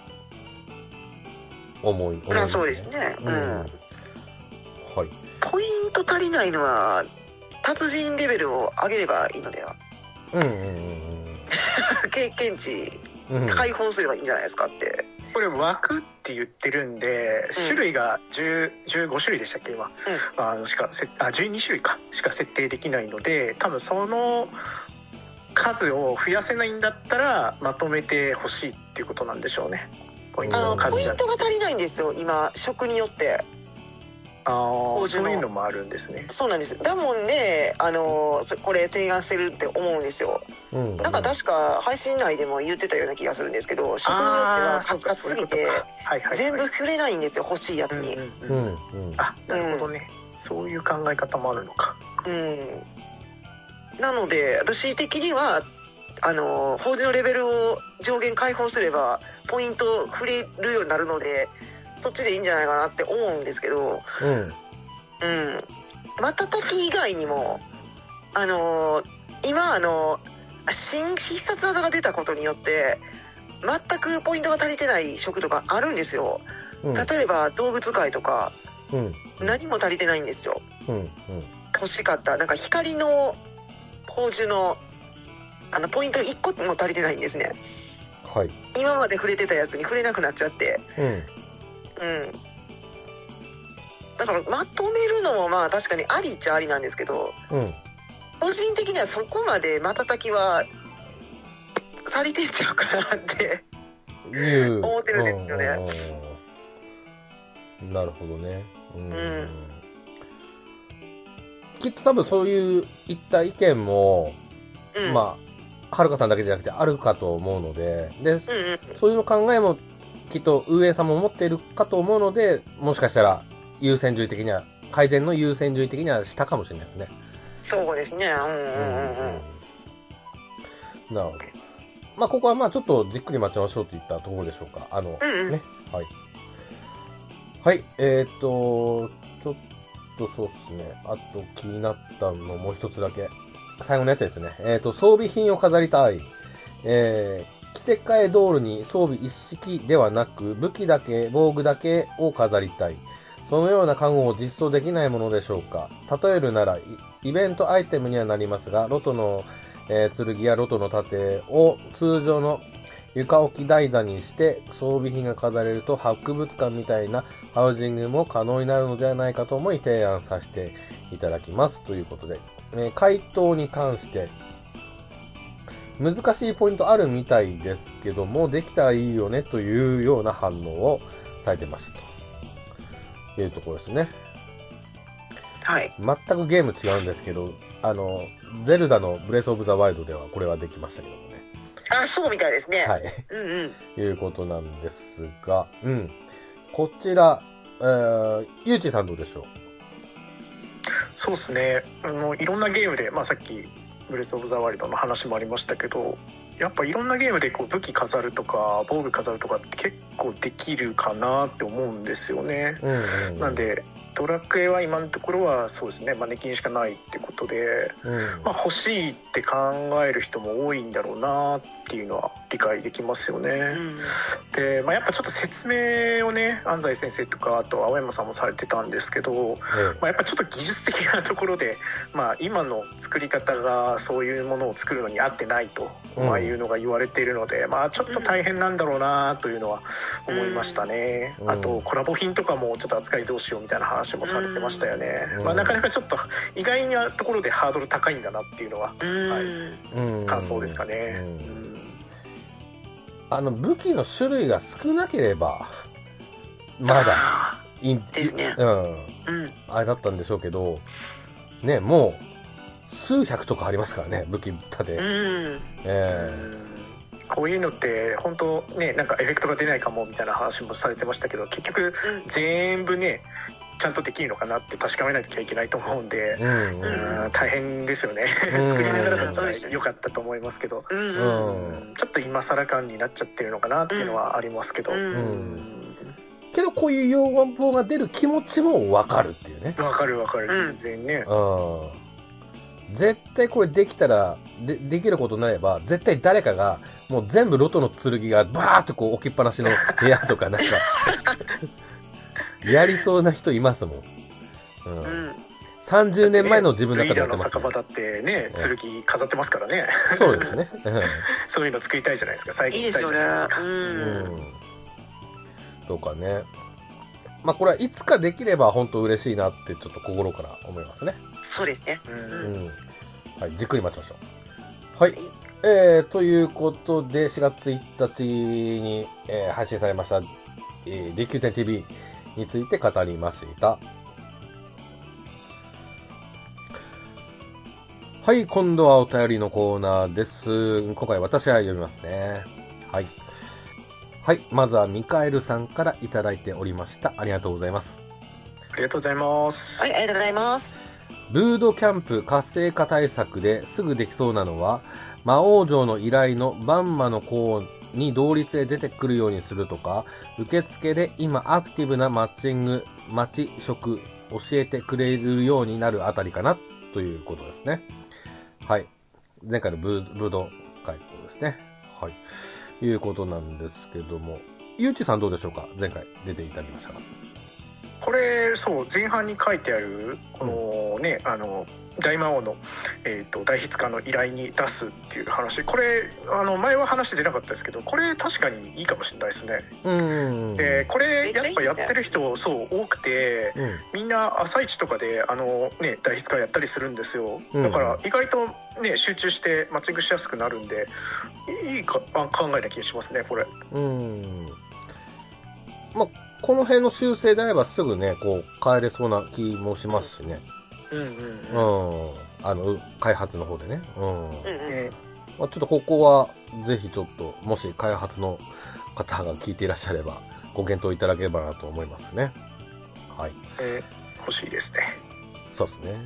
思い、思い
まあそうですね。うん。うん、
はい。
ポイント足りないのは、達人レベルを上げればいいのでは。
うんうんうんうん。
経験値、解放すればいいんじゃないですかって。
これ枠って言ってるんで、うん、種類がじゅう、じゅうご種類でしたっけ今、うん、あのしかあじゅうに種類かしか設定できないので、多分その数を増やせないんだったらまとめてほしいっていうことなんでしょうね。
ポイントの数じゃ、ポイントが足りないんですよ今職によって。
ああ、そういうのもあるんですね。
そうなんです。だもんね、あのこれ提案してるって思うんですよ、うんうん、なんか確か配信内でも言ってたような気がするんですけど、職によってはカツカツすぎて全部触れないんですよ、欲しいやつに。
うんうんうんうん、あ、なるほどね、うん、そういう考え方もあるのか。
うん。なので私的にはあの法事のレベルを上限解放すればポイント触れるようになるので、そっちでいいんじゃないかなって思うんですけど、うん、うん、瞬き以外にもあのー、今あの新必殺技が出たことによって全くポイントが足りてない職とかあるんですよ、うん、例えば動物界とか、うん、何も足りてないんですよ、うんうん、欲しかったなんか光の宝珠のあのポイントいっこも足りてないんですね、はい、今まで触れてたやつに触れなくなっちゃって、うんうん、だからまとめるのもまあ確かにありっちゃありなんですけど、うん、個人的にはそこまで瞬きは足りてんちゃうかなって思ってるんですよね。
うん、なるほどね、うん、うん、きっと多分そういういった意見も、うん、まあはるかさんだけじゃなくてあるかと思うので、で、うんうん、そういうの考えもきっと運営さんも持っているかと思うので、もしかしたら優先順位的には改善の優先順位的には下かもしれないですね。
そうですね。うんうんうんうん。
なるほど。まあここはまあちょっとじっくり待ちましょうといったところでしょうか。あの、うんうん、ね。はい。はい。えー、っとちょっとそうですね。あと気になったのもう一つだけ。最後のやつですね。えー、っと装備品を飾りたい。えー。着せ替えドールに装備一式ではなく武器だけ、防具だけを飾りたい。そのような家具を実装できないものでしょうか。例えるならイベントアイテムにはなりますが、ロトの、えー、剣やロトの盾を通常の床置き台座にして装備品が飾れると博物館みたいなハウジングも可能になるのではないかと思い提案させていただきますということで、えー、回答に関して難しいポイントあるみたいですけども、できたらいいよねというような反応をされてましたというところですね。
はい。
全くゲーム違うんですけど、あの、ゼルダのブレスオブザワイルドではこれはできましたけどもね。
あ、そうみたいですね。
はい。うんうん。いうことなんですが、うん。こちら、えー、ゆうちさんどうでしょう？
そうですね。あの、いろんなゲームで、まあさっき、ブレスオブザワイルドの話もありましたけど、やっぱいろんなゲームでこう武器飾るとか防具飾るとかって結構できるかなって思うんですよね、うんうんうん、なんでドラクエは今のところはそうですね、マネキンしかないってことで、うん、まあ、欲しいって考える人も多いんだろうなっていうのは理解できますよね、うん、で、まあ、やっぱちょっと説明をね安西先生とかあと青山さんもされてたんですけど、うん、まあ、やっぱちょっと技術的なところで、まあ、今の作り方がそういうものを作るのに合ってないと、うん、まあ、いうのが言われているので、まあ、ちょっと大変なんだろうなというのは思いましたね、うん、あとコラボ品とかもちょっと扱いどうしようみたいな話もされてましたよね、うん、まあ、なかなかちょっと意外なところでハードル高いんだなっていうのは、うん、はい、感想ですかね、うんうん、
あの武器の種類が少なければまだいいですね、うん、うん、あれだったんでしょうけどね、もう数百とかありますからね、武器盾。うん、え
ー、 こういうのって本当ね、なんかエフェクトが出ないかもみたいな話もされてましたけど、結局全部ねちゃんとできるのかなって確かめなきゃいけないと思うんで、うんうん、大変ですよね、うん、作りながらだったら良かったと思いますけど、うんうん、ちょっと今更感になっちゃってるのかなっていうのはありますけど、うんうん、
けどこういう要望が出る気持ちも分かるっていうね。
分かる分かる、全然ね、
うん、絶対これできたら で, できることになれば絶対誰かがもう全部ロトの剣がバーッとこう置きっぱなしの部屋とかなんかやりそうな人いますもん、うんうん、さんじゅうねんまえの自分だったらやってます、ね、
リーダーの酒場だってね、剣飾ってますからね。
そうですね
そういうの作りたいじゃないですか、最近。いいですよね、うん、うん、
とかね。まあこれはいつかできれば本当嬉しいなってちょっと心から思いますね。
そうですね、うん、
うん、はい、じっくり待ちましょう。はい、えー、ということでしがつついたちに、えー、配信されました、えー、ディーキューテンティーブイ について語りました。はい、今度はお便りのコーナーです。今回私は読みますね。はい。はい、まずはミカエルさんからいただいておりました。ありがとうございます。
ありがとうございます。
はい、ありがとうございます。
ブードキャンプ活性化対策ですぐできそうなのは、魔王城の依頼のバンマの項に同率で出てくるようにするとか、受付で今アクティブなマッチング、待ち職教えてくれるようになるあたりかなということですね。はい。前回のブー、ブード会ですね。はい。いうことなんですけども、ゆうちさんどうでしょうか？前回出ていただきましたが。
これそう前半に書いてあるこのね、うん、あの大魔王の、えーと、大筆家の依頼に出すっていう話、これあの前は話出なかったですけど、これ確かにいいかもしれないですね。うん、でこれやっぱやってる人そう多くて、うん、みんな朝一とかであの、ね、大筆家やったりするんですよ。だから意外と、ね、集中してマッチングしやすくなるんでいいか考えな気がしますね、これ。うん、
まあこの辺の修正であればすぐね、こう変えれそうな気もしますしね。うんうんうん。うん。あの、開発の方でね。うん。うんうん。まあ、ちょっとここは、ぜひちょっと、もし開発の方が聞いていらっしゃれば、ご検討いただければなと思いますね。はい。
えー、欲しいですね。
そうですね。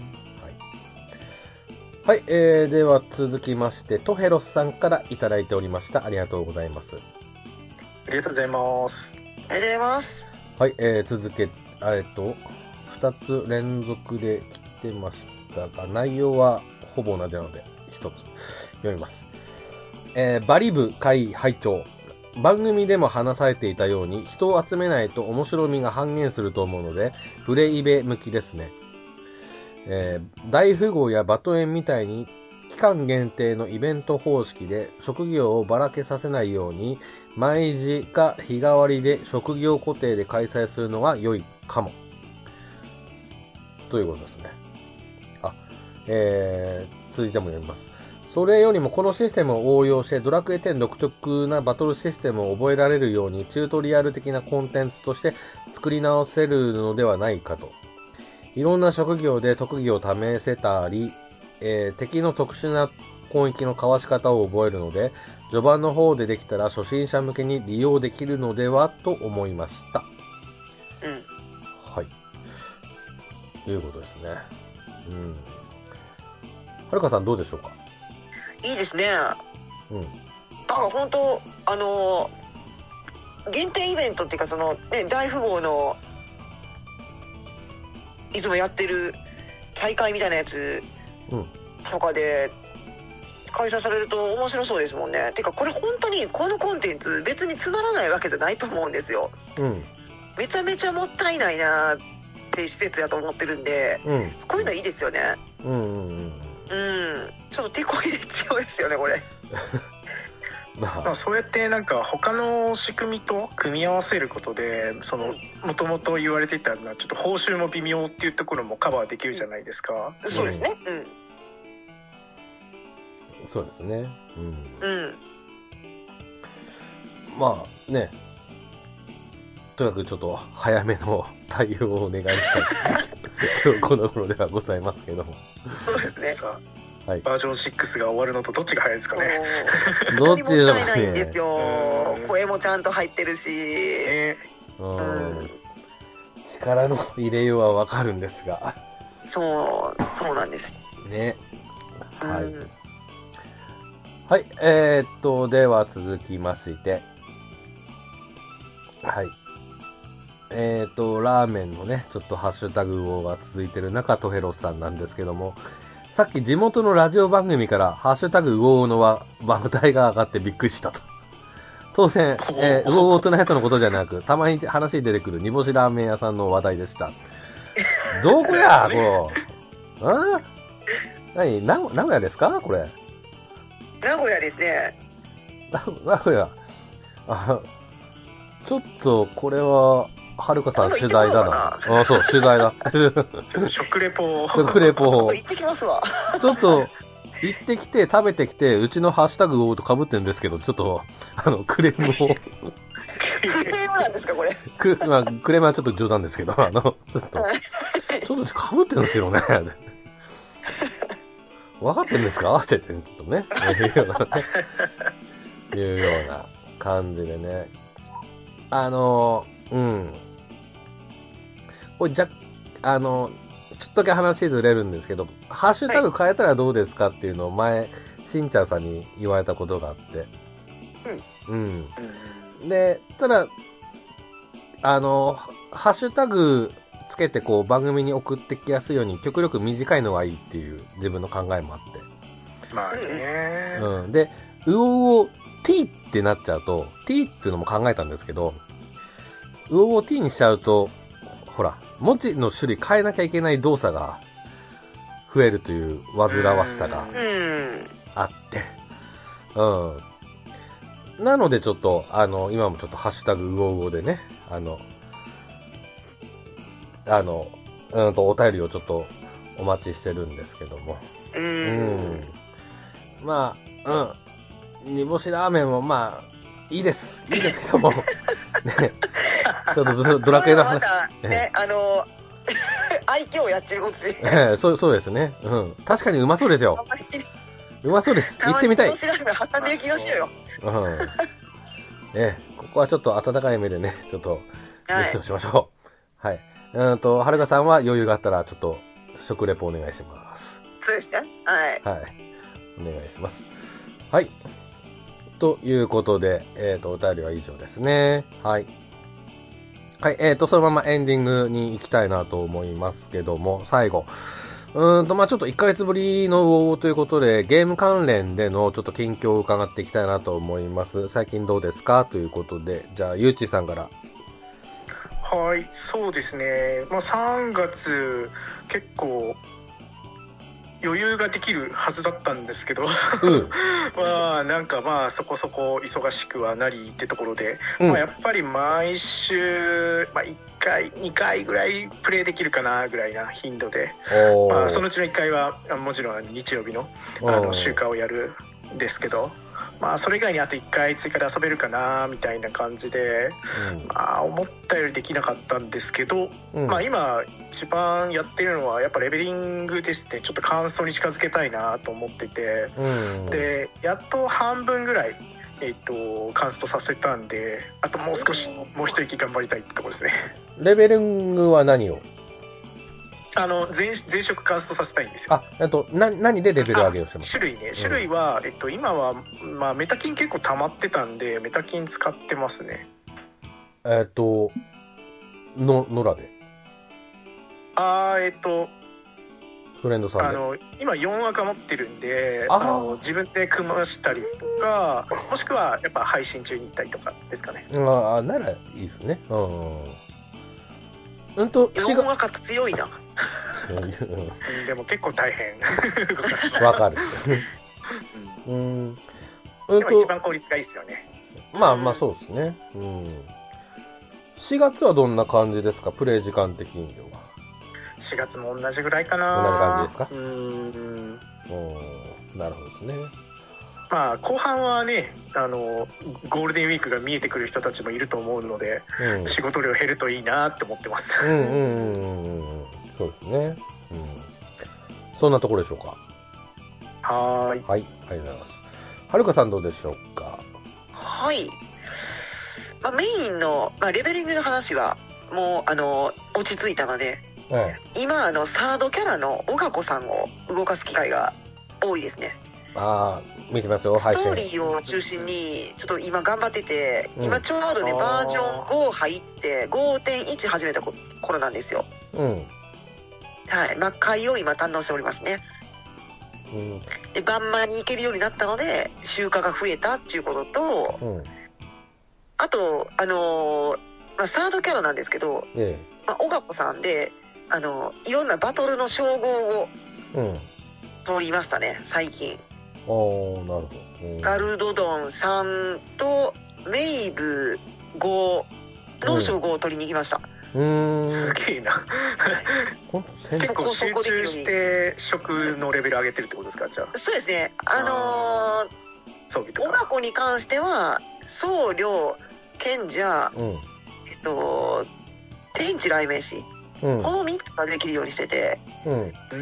はい。はい、えー、では続きまして、トヘロスさんからいただいておりました。ありがとうございます。
ありがとうございます。
ありがとうございます。
はい、えー、続け、えっと、二つ連続で来てましたが、内容はほぼ同じなので、一つ読みます。えー、バリ部会拝聴。番組でも話されていたように、人を集めないと面白みが半減すると思うので、プレイベ向きですね。えー、大富豪やバトエンみたいに、期間限定のイベント方式で職業をばらけさせないように、毎時か日替わりで職業固定で開催するのが良いかも。ということですね。あ、えー、続いても読みます。それよりもこのシステムを応用してドラクエテン独特なバトルシステムを覚えられるようにチュートリアル的なコンテンツとして作り直せるのではないかと。いろんな職業で特技を試せたり、えー、敵の特殊な攻撃のかわし方を覚えるので、序盤の方でできたら初心者向けに利用できるのではと思いました。うん。はい。ということですね。うん。はるかさんどうでしょうか？
いいですね。うん。だから本当、あのー、限定イベントっていうか、その、ね、大富豪の、いつもやってる大会みたいなやつとかで、うん開催されると面白そうですもんね。てかこれ本当にこのコンテンツ別につまらないわけじゃないと思うんですよ。うん、めちゃめちゃもったいないなって施設だと思ってるんで、うん、こういうのいいですよね。うんうんうん。うん。ちょっと手こ入れ必要ですよねこれ。
まあ、そうやってなんか他の仕組みと組み合わせることで、そのもともと言われていたのはちょっと報酬も微妙っていうところもカバーできるじゃないですか。
うん、そうですね。うん。
そうですね。うん。うん。まあね、とにかくちょっと早めの対応をお願いしたい今日この頃ではございますけども。
そうですね。
はい、バージョンシックスが終わるのとどっちが早いですかね。
どっちもったいないんですよ。声もちゃんと入ってるし、ね、
うん、力の入れようはわかるんですが、
そうそうなんです
ね。はい、うん、はい、えー、っとでは続きまして、はい、えー、っとラーメンのねちょっとハッシュタグ王が続いてる中、トヘロスさんなんですけども、さっき地元のラジオ番組からハッシュタグウオウの話題が上がってびっくりしたと。当然、えー、ウオウオトナイトのことじゃなく、たまに話に出てくる煮干しラーメン屋さんの話題でした。どこやこう。あ何名古屋ですかこれ。
名古屋ですね。
名古屋。あ、ちょっとこれは、はるかさん取材だな。あ、そう、取材だ。
食レポ。
食レポ。
行ってきますわ。
ちょっと、行ってきて、食べてきて、うちのハッシュタグをと被ってるんですけど、ちょっと、あの、クレームを。
クレームなんですか、これ。
ク, まあ、クレームはちょっと冗談ですけど、あの、ちょっと、ちょっと被ってるんですけどね。分かってるんですかって言って、ちょっとね、いうようなね、いうような感じでね。あの、うん。これ、じゃ、あの、ちょっとだけ話ずれるんですけど、ハッシュタグ変えたらどうですかっていうのを前、しんちゃんさんに言われたことがあって。うん。うん。で、ただ、あの、ハッシュタグつけてこう番組に送ってきやすいように極力短いのがいいっていう自分の考えもあって。
まあね。
うん。で、うおうお T ってなっちゃうと、T っていうのも考えたんですけど、うおうお T にしちゃうと、ほら、文字の種類変えなきゃいけない動作が増えるという煩わしさがあって、うん。なのでちょっと、あの、今もちょっとハッシュタグうおうおでね、あの、あの、うんと、お便りをちょっとお待ちしてるんですけども。
うん。うん、
まあ、うん。煮干しラーメンもまあ、いいです。いいですけども。ね。ちょっとドラクエの話。
またね、あの、愛嬌やっちゅうことで。
ええ、そう、そうですね。うん。確かにうまそうですよ。うまそうです。行ってみたい。
煮干しラーメン挟んでいきましょうよ。
うん。ええ、ここはちょっと温かい目でね、ちょっと、レクトしましょう。はい。うんと、はるかさんは余裕があったら、ちょっと、食レポお願いします。
そうですね。はい。
はい。お願いします。はい。ということで、えっと、お便りは以上ですね。はい。はい、えーと、そのままエンディングに行きたいなと思いますけども、最後。うーんと、まあちょっといっかげつぶりのウォーということで、ゲーム関連でのちょっと近況を伺っていきたいなと思います。最近どうですかということで、じゃあ、ゆうちさんから。
はい、そうですね。まあさんがつ、結構、余裕ができるはずだったんですけど、うん、まあなんかまあそこそこ忙しくはなりってところで、うん、まあやっぱり毎週、まあ、いっかいにかいぐらいプレイできるかなぐらいな頻度で、まあ、そのうちのいっかいはもちろん日曜日のあの週間をやるんですけど、まあそれ以外にあといっかい追加で遊べるかなみたいな感じで、うん、まあ思ったよりできなかったんですけど、うん、まあ今一番やってるのはやっぱレベリングですね。ちょっと完走に近づけたいなと思ってて、うん、でやっと半分ぐらいえっと完走させたんで、あともう少しもう一息頑張りたいってところですね。
レベリングは何を？
あの 全, 全色カーストさせたいんですよ。
あ、えっと、な何でレベル上げをしてますか？
種類ね、種類は、うん、えっと、今は、まあ、メタ金結構溜まってたんで、メタ金使ってますね。
えっと、の、野良で。
あー、えっと、
フレンドさんで。
あの、今よんアカ持ってるんで、あの自分で組ましたりとか、もしくは、やっぱ配信中に行ったりとかですかね。
ああ、ならいいですね。うん。うんと、
よんアカ強いな。
でも結構大変。
わかる。うん。うん。
でも一番効率がいいですよね。
まあまあそうですね。うん。しがつはどんな感じですか、プレイ時間的には。
しがつも同じぐらいかな。
同じ感じですか。
うん。
うん。なるほどですね。
まあ後半はね、あのゴールデンウィークが見えてくる人たちもいると思うので、うん、仕事量減るといいなって思ってます。
うんうんうんうん。そうですね。うん。そんなところでしょうか。
はーい。
はい、ありがとうございます。はるかさんどうでしょうか？
はい。まあ、メインの、まあ、レベリングの話は、もう、あの、落ち着いたので、うん、今、あの、サードキャラの小賀子さんを動かす機会が多いですね。
ああ、見てますよ、
ストーリーを中心に、ちょっと今頑張ってて、うん、今ちょうどね、バージョンご入って、ごてんいち 始めた頃なんですよ。うん。はい。魔界を今堪能しておりますね。うん。で、バンマに行けるようになったので、集荷が増えたっていうことと、うん、あと、あのー、まあ、サードキャラなんですけど、ええ、まあ、小賀子さんで、あのー、いろんなバトルの称号を、うん、取りましたね、最近。
ああ、なるほ
ど。ガルドドンさんとメイブごの称号を取りに行きました。
うーん。すげえな。結構集中して食のレベル上げてるってことですか、じゃあ。
そうですね。あのー、装備とか。オガコに関しては、僧侶、賢者、うん、えっと、天地雷鳴師、うん、このみっつができるようにしてて、うん、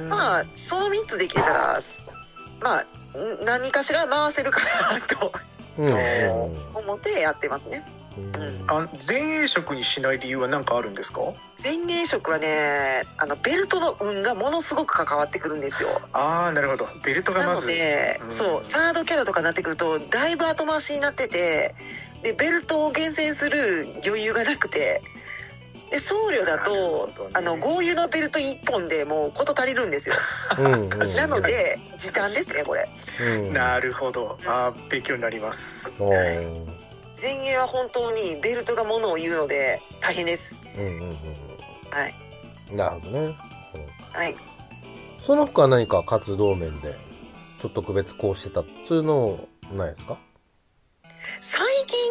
まあ、そのみっつできてたら、まあ、何かしら回せるかなと、うん、思ってやってますね。
うん、あ、前衛色にしない理由は何かあるんですか？
前衛色はね、あのベルトの運がものすごく関わってくるんですよ。
ああ、なるほど。ベルトがまず。
なので、うん、そう、サードキャラとかになってくるとだいぶ後回しになってて、でベルトを厳選する余裕がなくて、で僧侶だと、ね、あの豪遊のベルトいっぽんでもう事足りるんですよ。うんうん、なので時短ですね、これ。
うん、なるほど。あ、勉強になります。
前衛は本当にベルトがものを言うので大変です。うんうんうん、はい。
なるほどね。うん、
はい。
その他は何か活動面でちょっと特別こうしてたっていうのないですか？
最近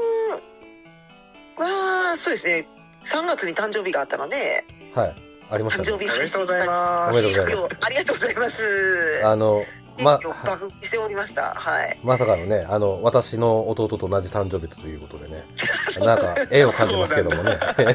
はそうですね。さんがつに誕生日があったので、
はい、ありましたね。
誕生日配信したり、
お
めでとうございます。
ありがとうございます。
あの。
ま、爆撃しておりました。はい。
まさかのね、あの、私の弟と同じ誕生日ということでね。なんか、絵を感じますけどもね。
さん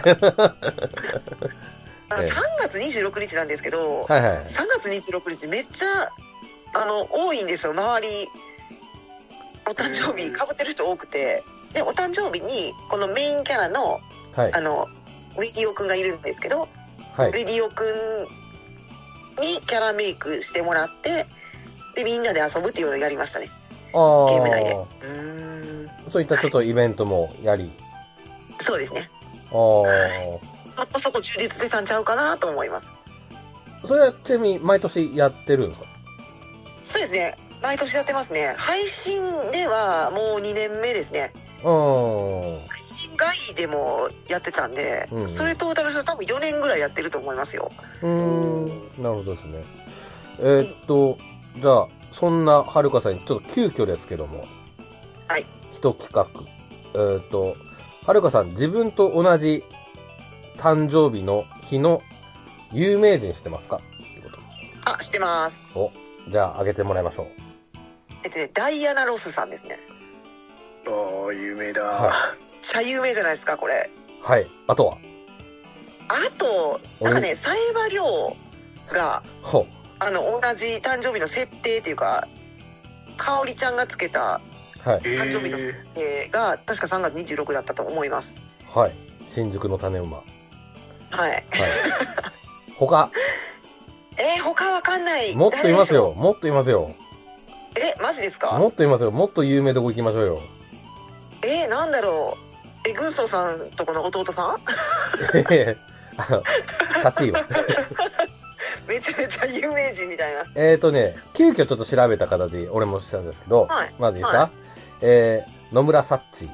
がつにじゅうろくにちなんですけど、はいはい、さんがつにじゅうろくにちめっちゃ、あの、多いんですよ、周り。お誕生日被ってる人多くて。で、お誕生日に、このメインキャラの、はい、あの、ウィディオくんがいるんですけど、はい、ウィディオくんにキャラメイクしてもらって、でみんなで遊ぶっていうのをやりましたね。あゲーム内で。うー
ん、そういったちょっとイベントもやり。
そうですね。ああ、はい。そこそこ充実してたんちゃうかなと思います。
それはちなみに毎年やってるんですか？
そうですね。毎年やってますね。配信ではもうにねんめですね。配信外でもやってたんで、うんうん、それトータルすると多分よねんぐらいやってると思いますよ。
うーん、なるほどですね。えー、っと、じゃあ、そんなはるかさんにちょっと急遽ですけども、
はい。
一企画。えー、っと、はるかさん、自分と同じ誕生日の日の有名人知ってますか？っていうこと。
あ、知ってます。
お、じゃあ、あげてもらいましょう。
えっとね、ダイアナ・ロスさんですね。
ああ、有名だ。
はい。めっちゃ有名じゃないですか、これ。
はい。あとは
あと、なんかね、冴羽りょうが、ほう。あの、同じ誕生日の設定っていうか、かおりちゃんがつけた誕生日の設定が、確かさんがつにじゅうろくだったと思います。
はい。新宿の種馬。
はい。はい。
他。
えー、他わかんない。
もっといますよ。もっといますよ。
え、マジですか？
もっといますよ。もっと有名どこ行きましょうよ。
えー、なんだろう。え、軍曹さんとこの弟さん？
ええ、あの、かついわ。
めちゃめちゃ有名人みたいな。
えーとね、急遽ちょっと調べた形、俺もしたんですけど、はい、まずいいですか、はい、えー、野村サッチー。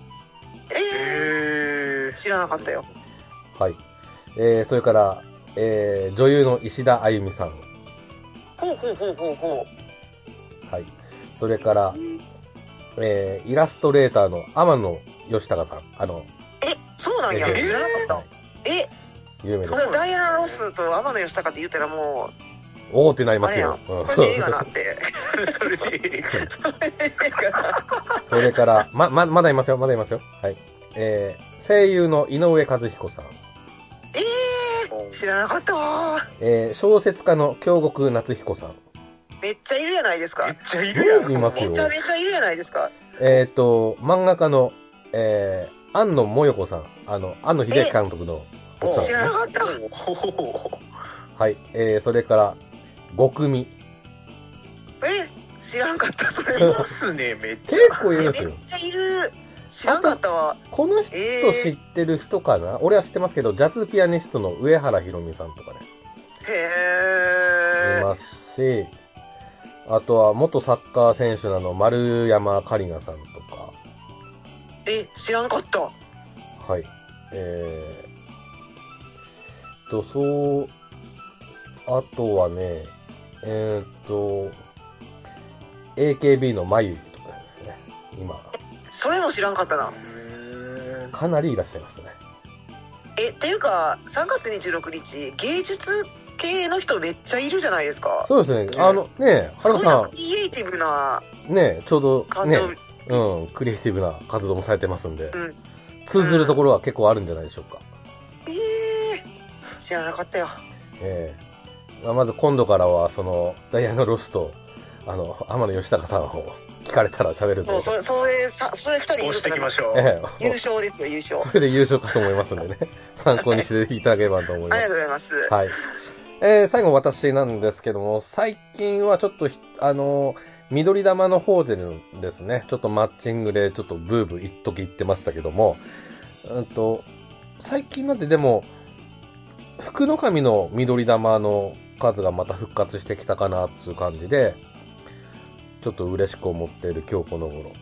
えー、知らなかったよ。
はい。えー、それから、えー、女優の石田あゆみさん。
ほうほうほうほうほ
う。はい。それから、えー、イラストレーターの天野義孝さん。あの、
え、そうなんや、えー、知らなかった。はい、え
有名です。
それダイアナ・ロスと天野義孝って言ったらも
う、おーってなりますよ。
それで映画なって。それで映画。
それから、ま、ま、まだいますよ、まだいますよ。はい。えー、声優の井上和彦さん。
えー、知らなかったわ。
えー、小説家の京極夏彦さん。
めっちゃいるやないですか。
めっちゃいるやん。
いますよ。
めちゃめちゃいるやないですか。
えっ、ー、と、漫画家の、えー、庵野もよこさん。あの、庵野秀明監督の
奥さん、ね。知らなかった。
はい。えー、それから、ご組。
え知らんかった、それ。
いますね、めっちゃ。
結構いるんですよ。
めっちゃいる。知らんかったわ。
この人知ってる人かな、えー、俺は知ってますけど、ジャズピアニストの上原ひろみさんとかね。
へー。
いますし、あとは元サッカー選手なの丸山桂里奈さんとか。
え、知らんかった。
はい。えーと、そう、あとはね、えーと、エーケービー のまゆとかですね、今。
それも知らんかったな。
かなりいらっしゃいますね。
え、っていうか、さんがつにじゅうろくにち、芸術系の人めっちゃいるじゃないですか。
そうですね。ねあの、ね、はるかさん。
クリエイティブな。
ね、ちょうど、ね、うん、クリエイティブな活動もされてますんで、うん、通ずるところは結構あるんじゃないでしょうか。
うん、えー、知らなかったよ。
ええー。まず今度からは、その、ダイヤのロスと、あの、天野義高さんを聞かれたら喋ると。
そう、それ、それ、それ二人
押していきましょう。
え
え、優勝ですよ、優勝。
それで優勝かと思いますんでね。参考にしていただければと思います。
ありがとうございます。
はい。えー、最後私なんですけども、最近はちょっと、あの、緑玉の方でですね、ちょっとマッチングでちょっとブーブー一時言ってましたけども、うんと、最近なんてでも、福の神の緑玉の数がまた復活してきたかなっていう感じで、ちょっと嬉しく思っている今日この頃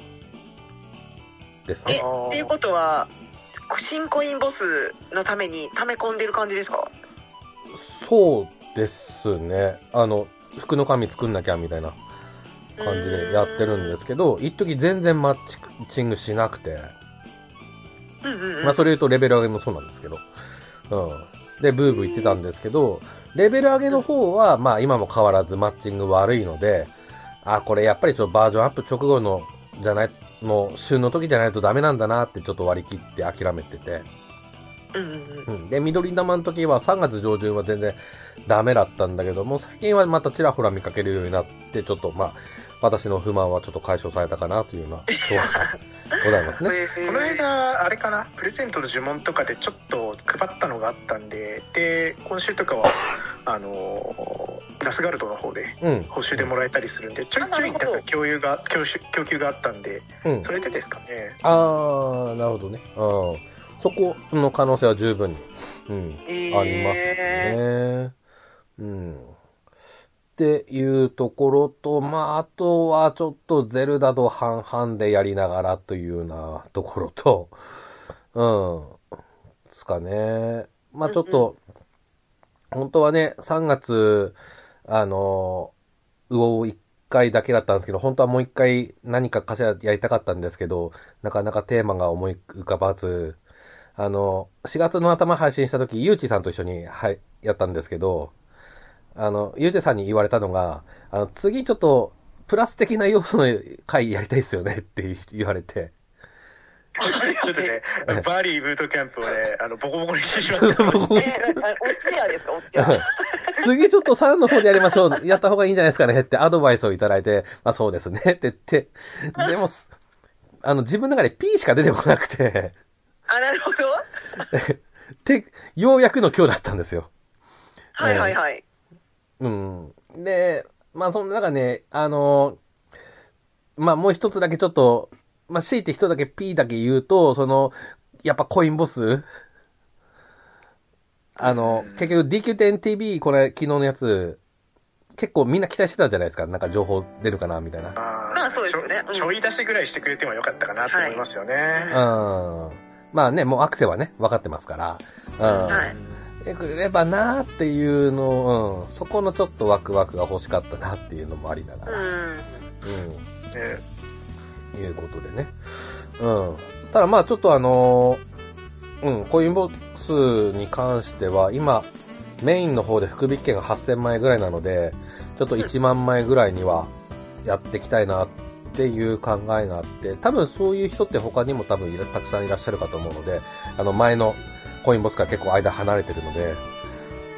ですね。
え、っていうことは、新コインボスのために溜め込んでる感じですか？
そうですね。あの、福の神作んなきゃみたいな感じでやってるんですけど、一時全然マッチングしなくて、
うんうんうん、
まあそれ言うとレベル上げもそうなんですけど、うん。で、ブーブー言ってたんですけど、レベル上げの方は、まあ今も変わらずマッチング悪いので、あ、これやっぱりちょっとバージョンアップ直後の、じゃない、の旬の時じゃないとダメなんだなってちょっと割り切って諦めてて。
うんうんうん。
で、緑玉の時はさんがつ上旬は全然ダメだったんだけども、最近はまたちらほら見かけるようになって、ちょっとまあ、私の不満はちょっと解消されたかなというようなことがございますね。
この間、あれかな、プレゼントの呪文とかでちょっと配ったのがあったんで、で、今週とかは、あのー、ラスガルドの方で、報酬でもらえたりするんで、うん、ちょいちょいなんか共有が、供供給があったんで、うん、それでですかね。
あー、なるほどね。うん。そこの可能性は十分に、うん、えー、ありますね。うん。っていうところと、まあ、あとはちょっとゼルダと半々でやりながらというようなところと、うん、ですかね。まあちょっと、うんうん、本当はね、さんがつ、あの、ウオーいっかいだけだったんですけど、本当はもういっかい何かかしらやりたかったんですけど、なかなかテーマが思い浮かばず、あの、しがつの頭配信した時、ゆうちさんと一緒に、はい、やったんですけど、あの、ゆうちさんに言われたのが、あの、次ちょっと、プラス的な要素の回やりたいですよねって言われて。
ちょっとね、バーリーブートキャンプをね、あの、ボコボコにしてしまった。え、お
つやですか、おつや。
次ちょっとさんの方でやりましょう、やった方がいいんじゃないですかねってアドバイスをいただいて、まあそうですねって言って、でも、あの、自分の中で P しか出てこなくて。
あ、なるほど。
で、ようやくの今日だったんですよ。
はいはいはい。
うん。で、まあその中ね、あの、まあもう一つだけちょっと、まあ強いて一だけ P だけ言うと、その、やっぱコインボスあの、結局 ディーキューテンティービー これ昨日のやつ、結構みんな期待してたじゃないですか。なんか情報出るかなみたいな。
あまあそうですよね、
うん。ちょい出しぐらいしてくれてもよかったかなと思いますよね。
はい、うん。まあね、もうアクセはね、分かってますから。うん。はい。でくればなーっていうの、うん。そこのちょっとワクワクが欲しかったなっていうのもありながら。うん。うん。ね、いうことでね。うん。ただまあちょっとあのー、うん、コインボスに関しては、今、メインの方で福引券がはっせんまいぐらいなので、ちょっといちまんまいぐらいにはやっていきたいなっていう考えがあって、多分そういう人って他にも多分たくさんいらっしゃるかと思うので、あの前のコインボスから結構間離れてるので、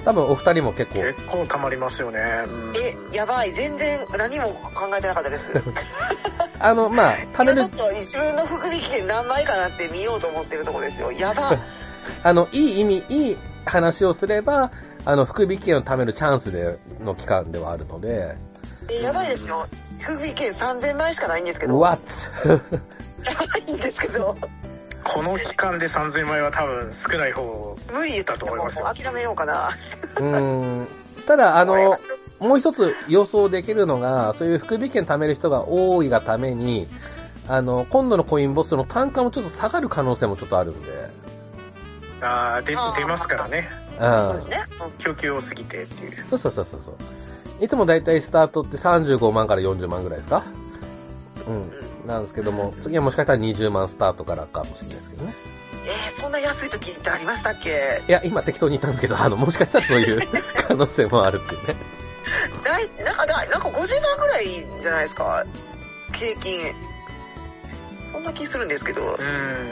多分お二人も結構。
結構溜まりますよね。
うん、え、やばい。全然何も考えてなかったです。
あの、まあ、
食べる。ちょっと自分の福引券何枚かなって見ようと思ってるところですよ。やば。
あの、いい意味、いい話をすれば、あの、福引券を貯めるチャンスでの期間ではあるので。
え、やばいですよ。福引券さんぜんまいしかないんですけど。
What?
やばいんですけど。
この期間でさんぜんまいは多分少ない方
無理だと思いますよ。もう諦めようかな。
うーん。ただ、あの、もう一つ予想できるのが、そういう福引券貯める人が多いがために、あの、今度のコインボスの単価もちょっと下がる可能性もちょっとあるんで。
ああ、出ますからね。
うん。そうです
ね。供給多すぎてっていう。
そうそうそうそう。いつもだいたいスタートってさんじゅうごまんからよんじゅうまんぐらいですか？うん。なんですけども、次はもしかしたらにじゅうまんスタートからかもしれないですけどね。
えー、そんな安い時ってありましたっけ？
いや、今適当に言ったんですけど、あの、もしかしたらそういう可能性もあるっていうね。
だい、なんかだ、なんかごじゅうまんぐらいじゃないですか？平均。そんな気するんですけど。
うん、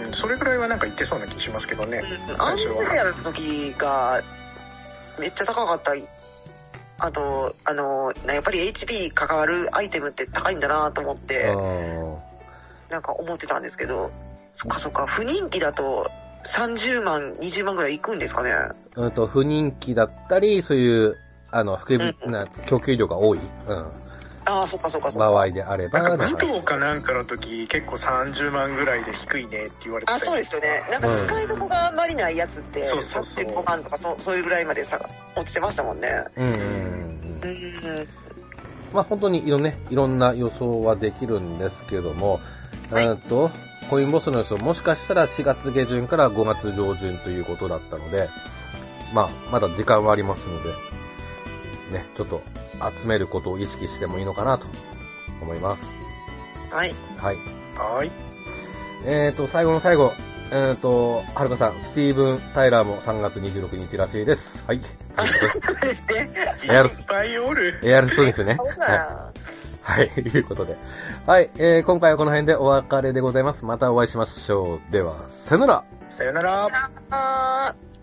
それぐらいはなんか言ってそうな気しますけどね。
うん、アンドレアの時が、めっちゃ高かった。あと、あの、やっぱり エイチピー 関わるアイテムって高いんだなと思って、なんか思ってたんですけど、そっかそっか、不人気だとさんじゅうまん、にじゅうまんぐらいいくんですかね。
うんと、不人気だったり、そういう、あの、含み、うん、な供給量が多い。うん。
ああ、そっかそっかそっか。
場合であれば。
なんかに頭かなんかの時、結構さんじゅうまんぐらいで低いねって言われてた。
あ、そうですよね。なんか使いどこがあんまりないやつって、
そうそうそう。
さんじゅうごまんとかそ、そういうぐらいまでさ、落ちてましたもんね。
うんうんうん。うん。まあ本当にいろんね、いろんな予想はできるんですけども、はい、えっと、コインボスの予想、もしかしたらしがつ下旬からごがつ上旬ということだったので、まあ、まだ時間はありますので、ね、ちょっと集めることを意識してもいいのかなと思います。
はい。
はい。
はい。
えっと、最後の最後、えっと、はるかさん、スティーブン・タイラーもさんがつにじゅうろくにちらしいです。はい。
そうですね。いっぱいおる。
やるそうですね。はい。はい、いうことで。はい、えー、今回はこの辺でお別れでございます。またお会いしましょう。では、さよなら。
さよなら。
さよなら。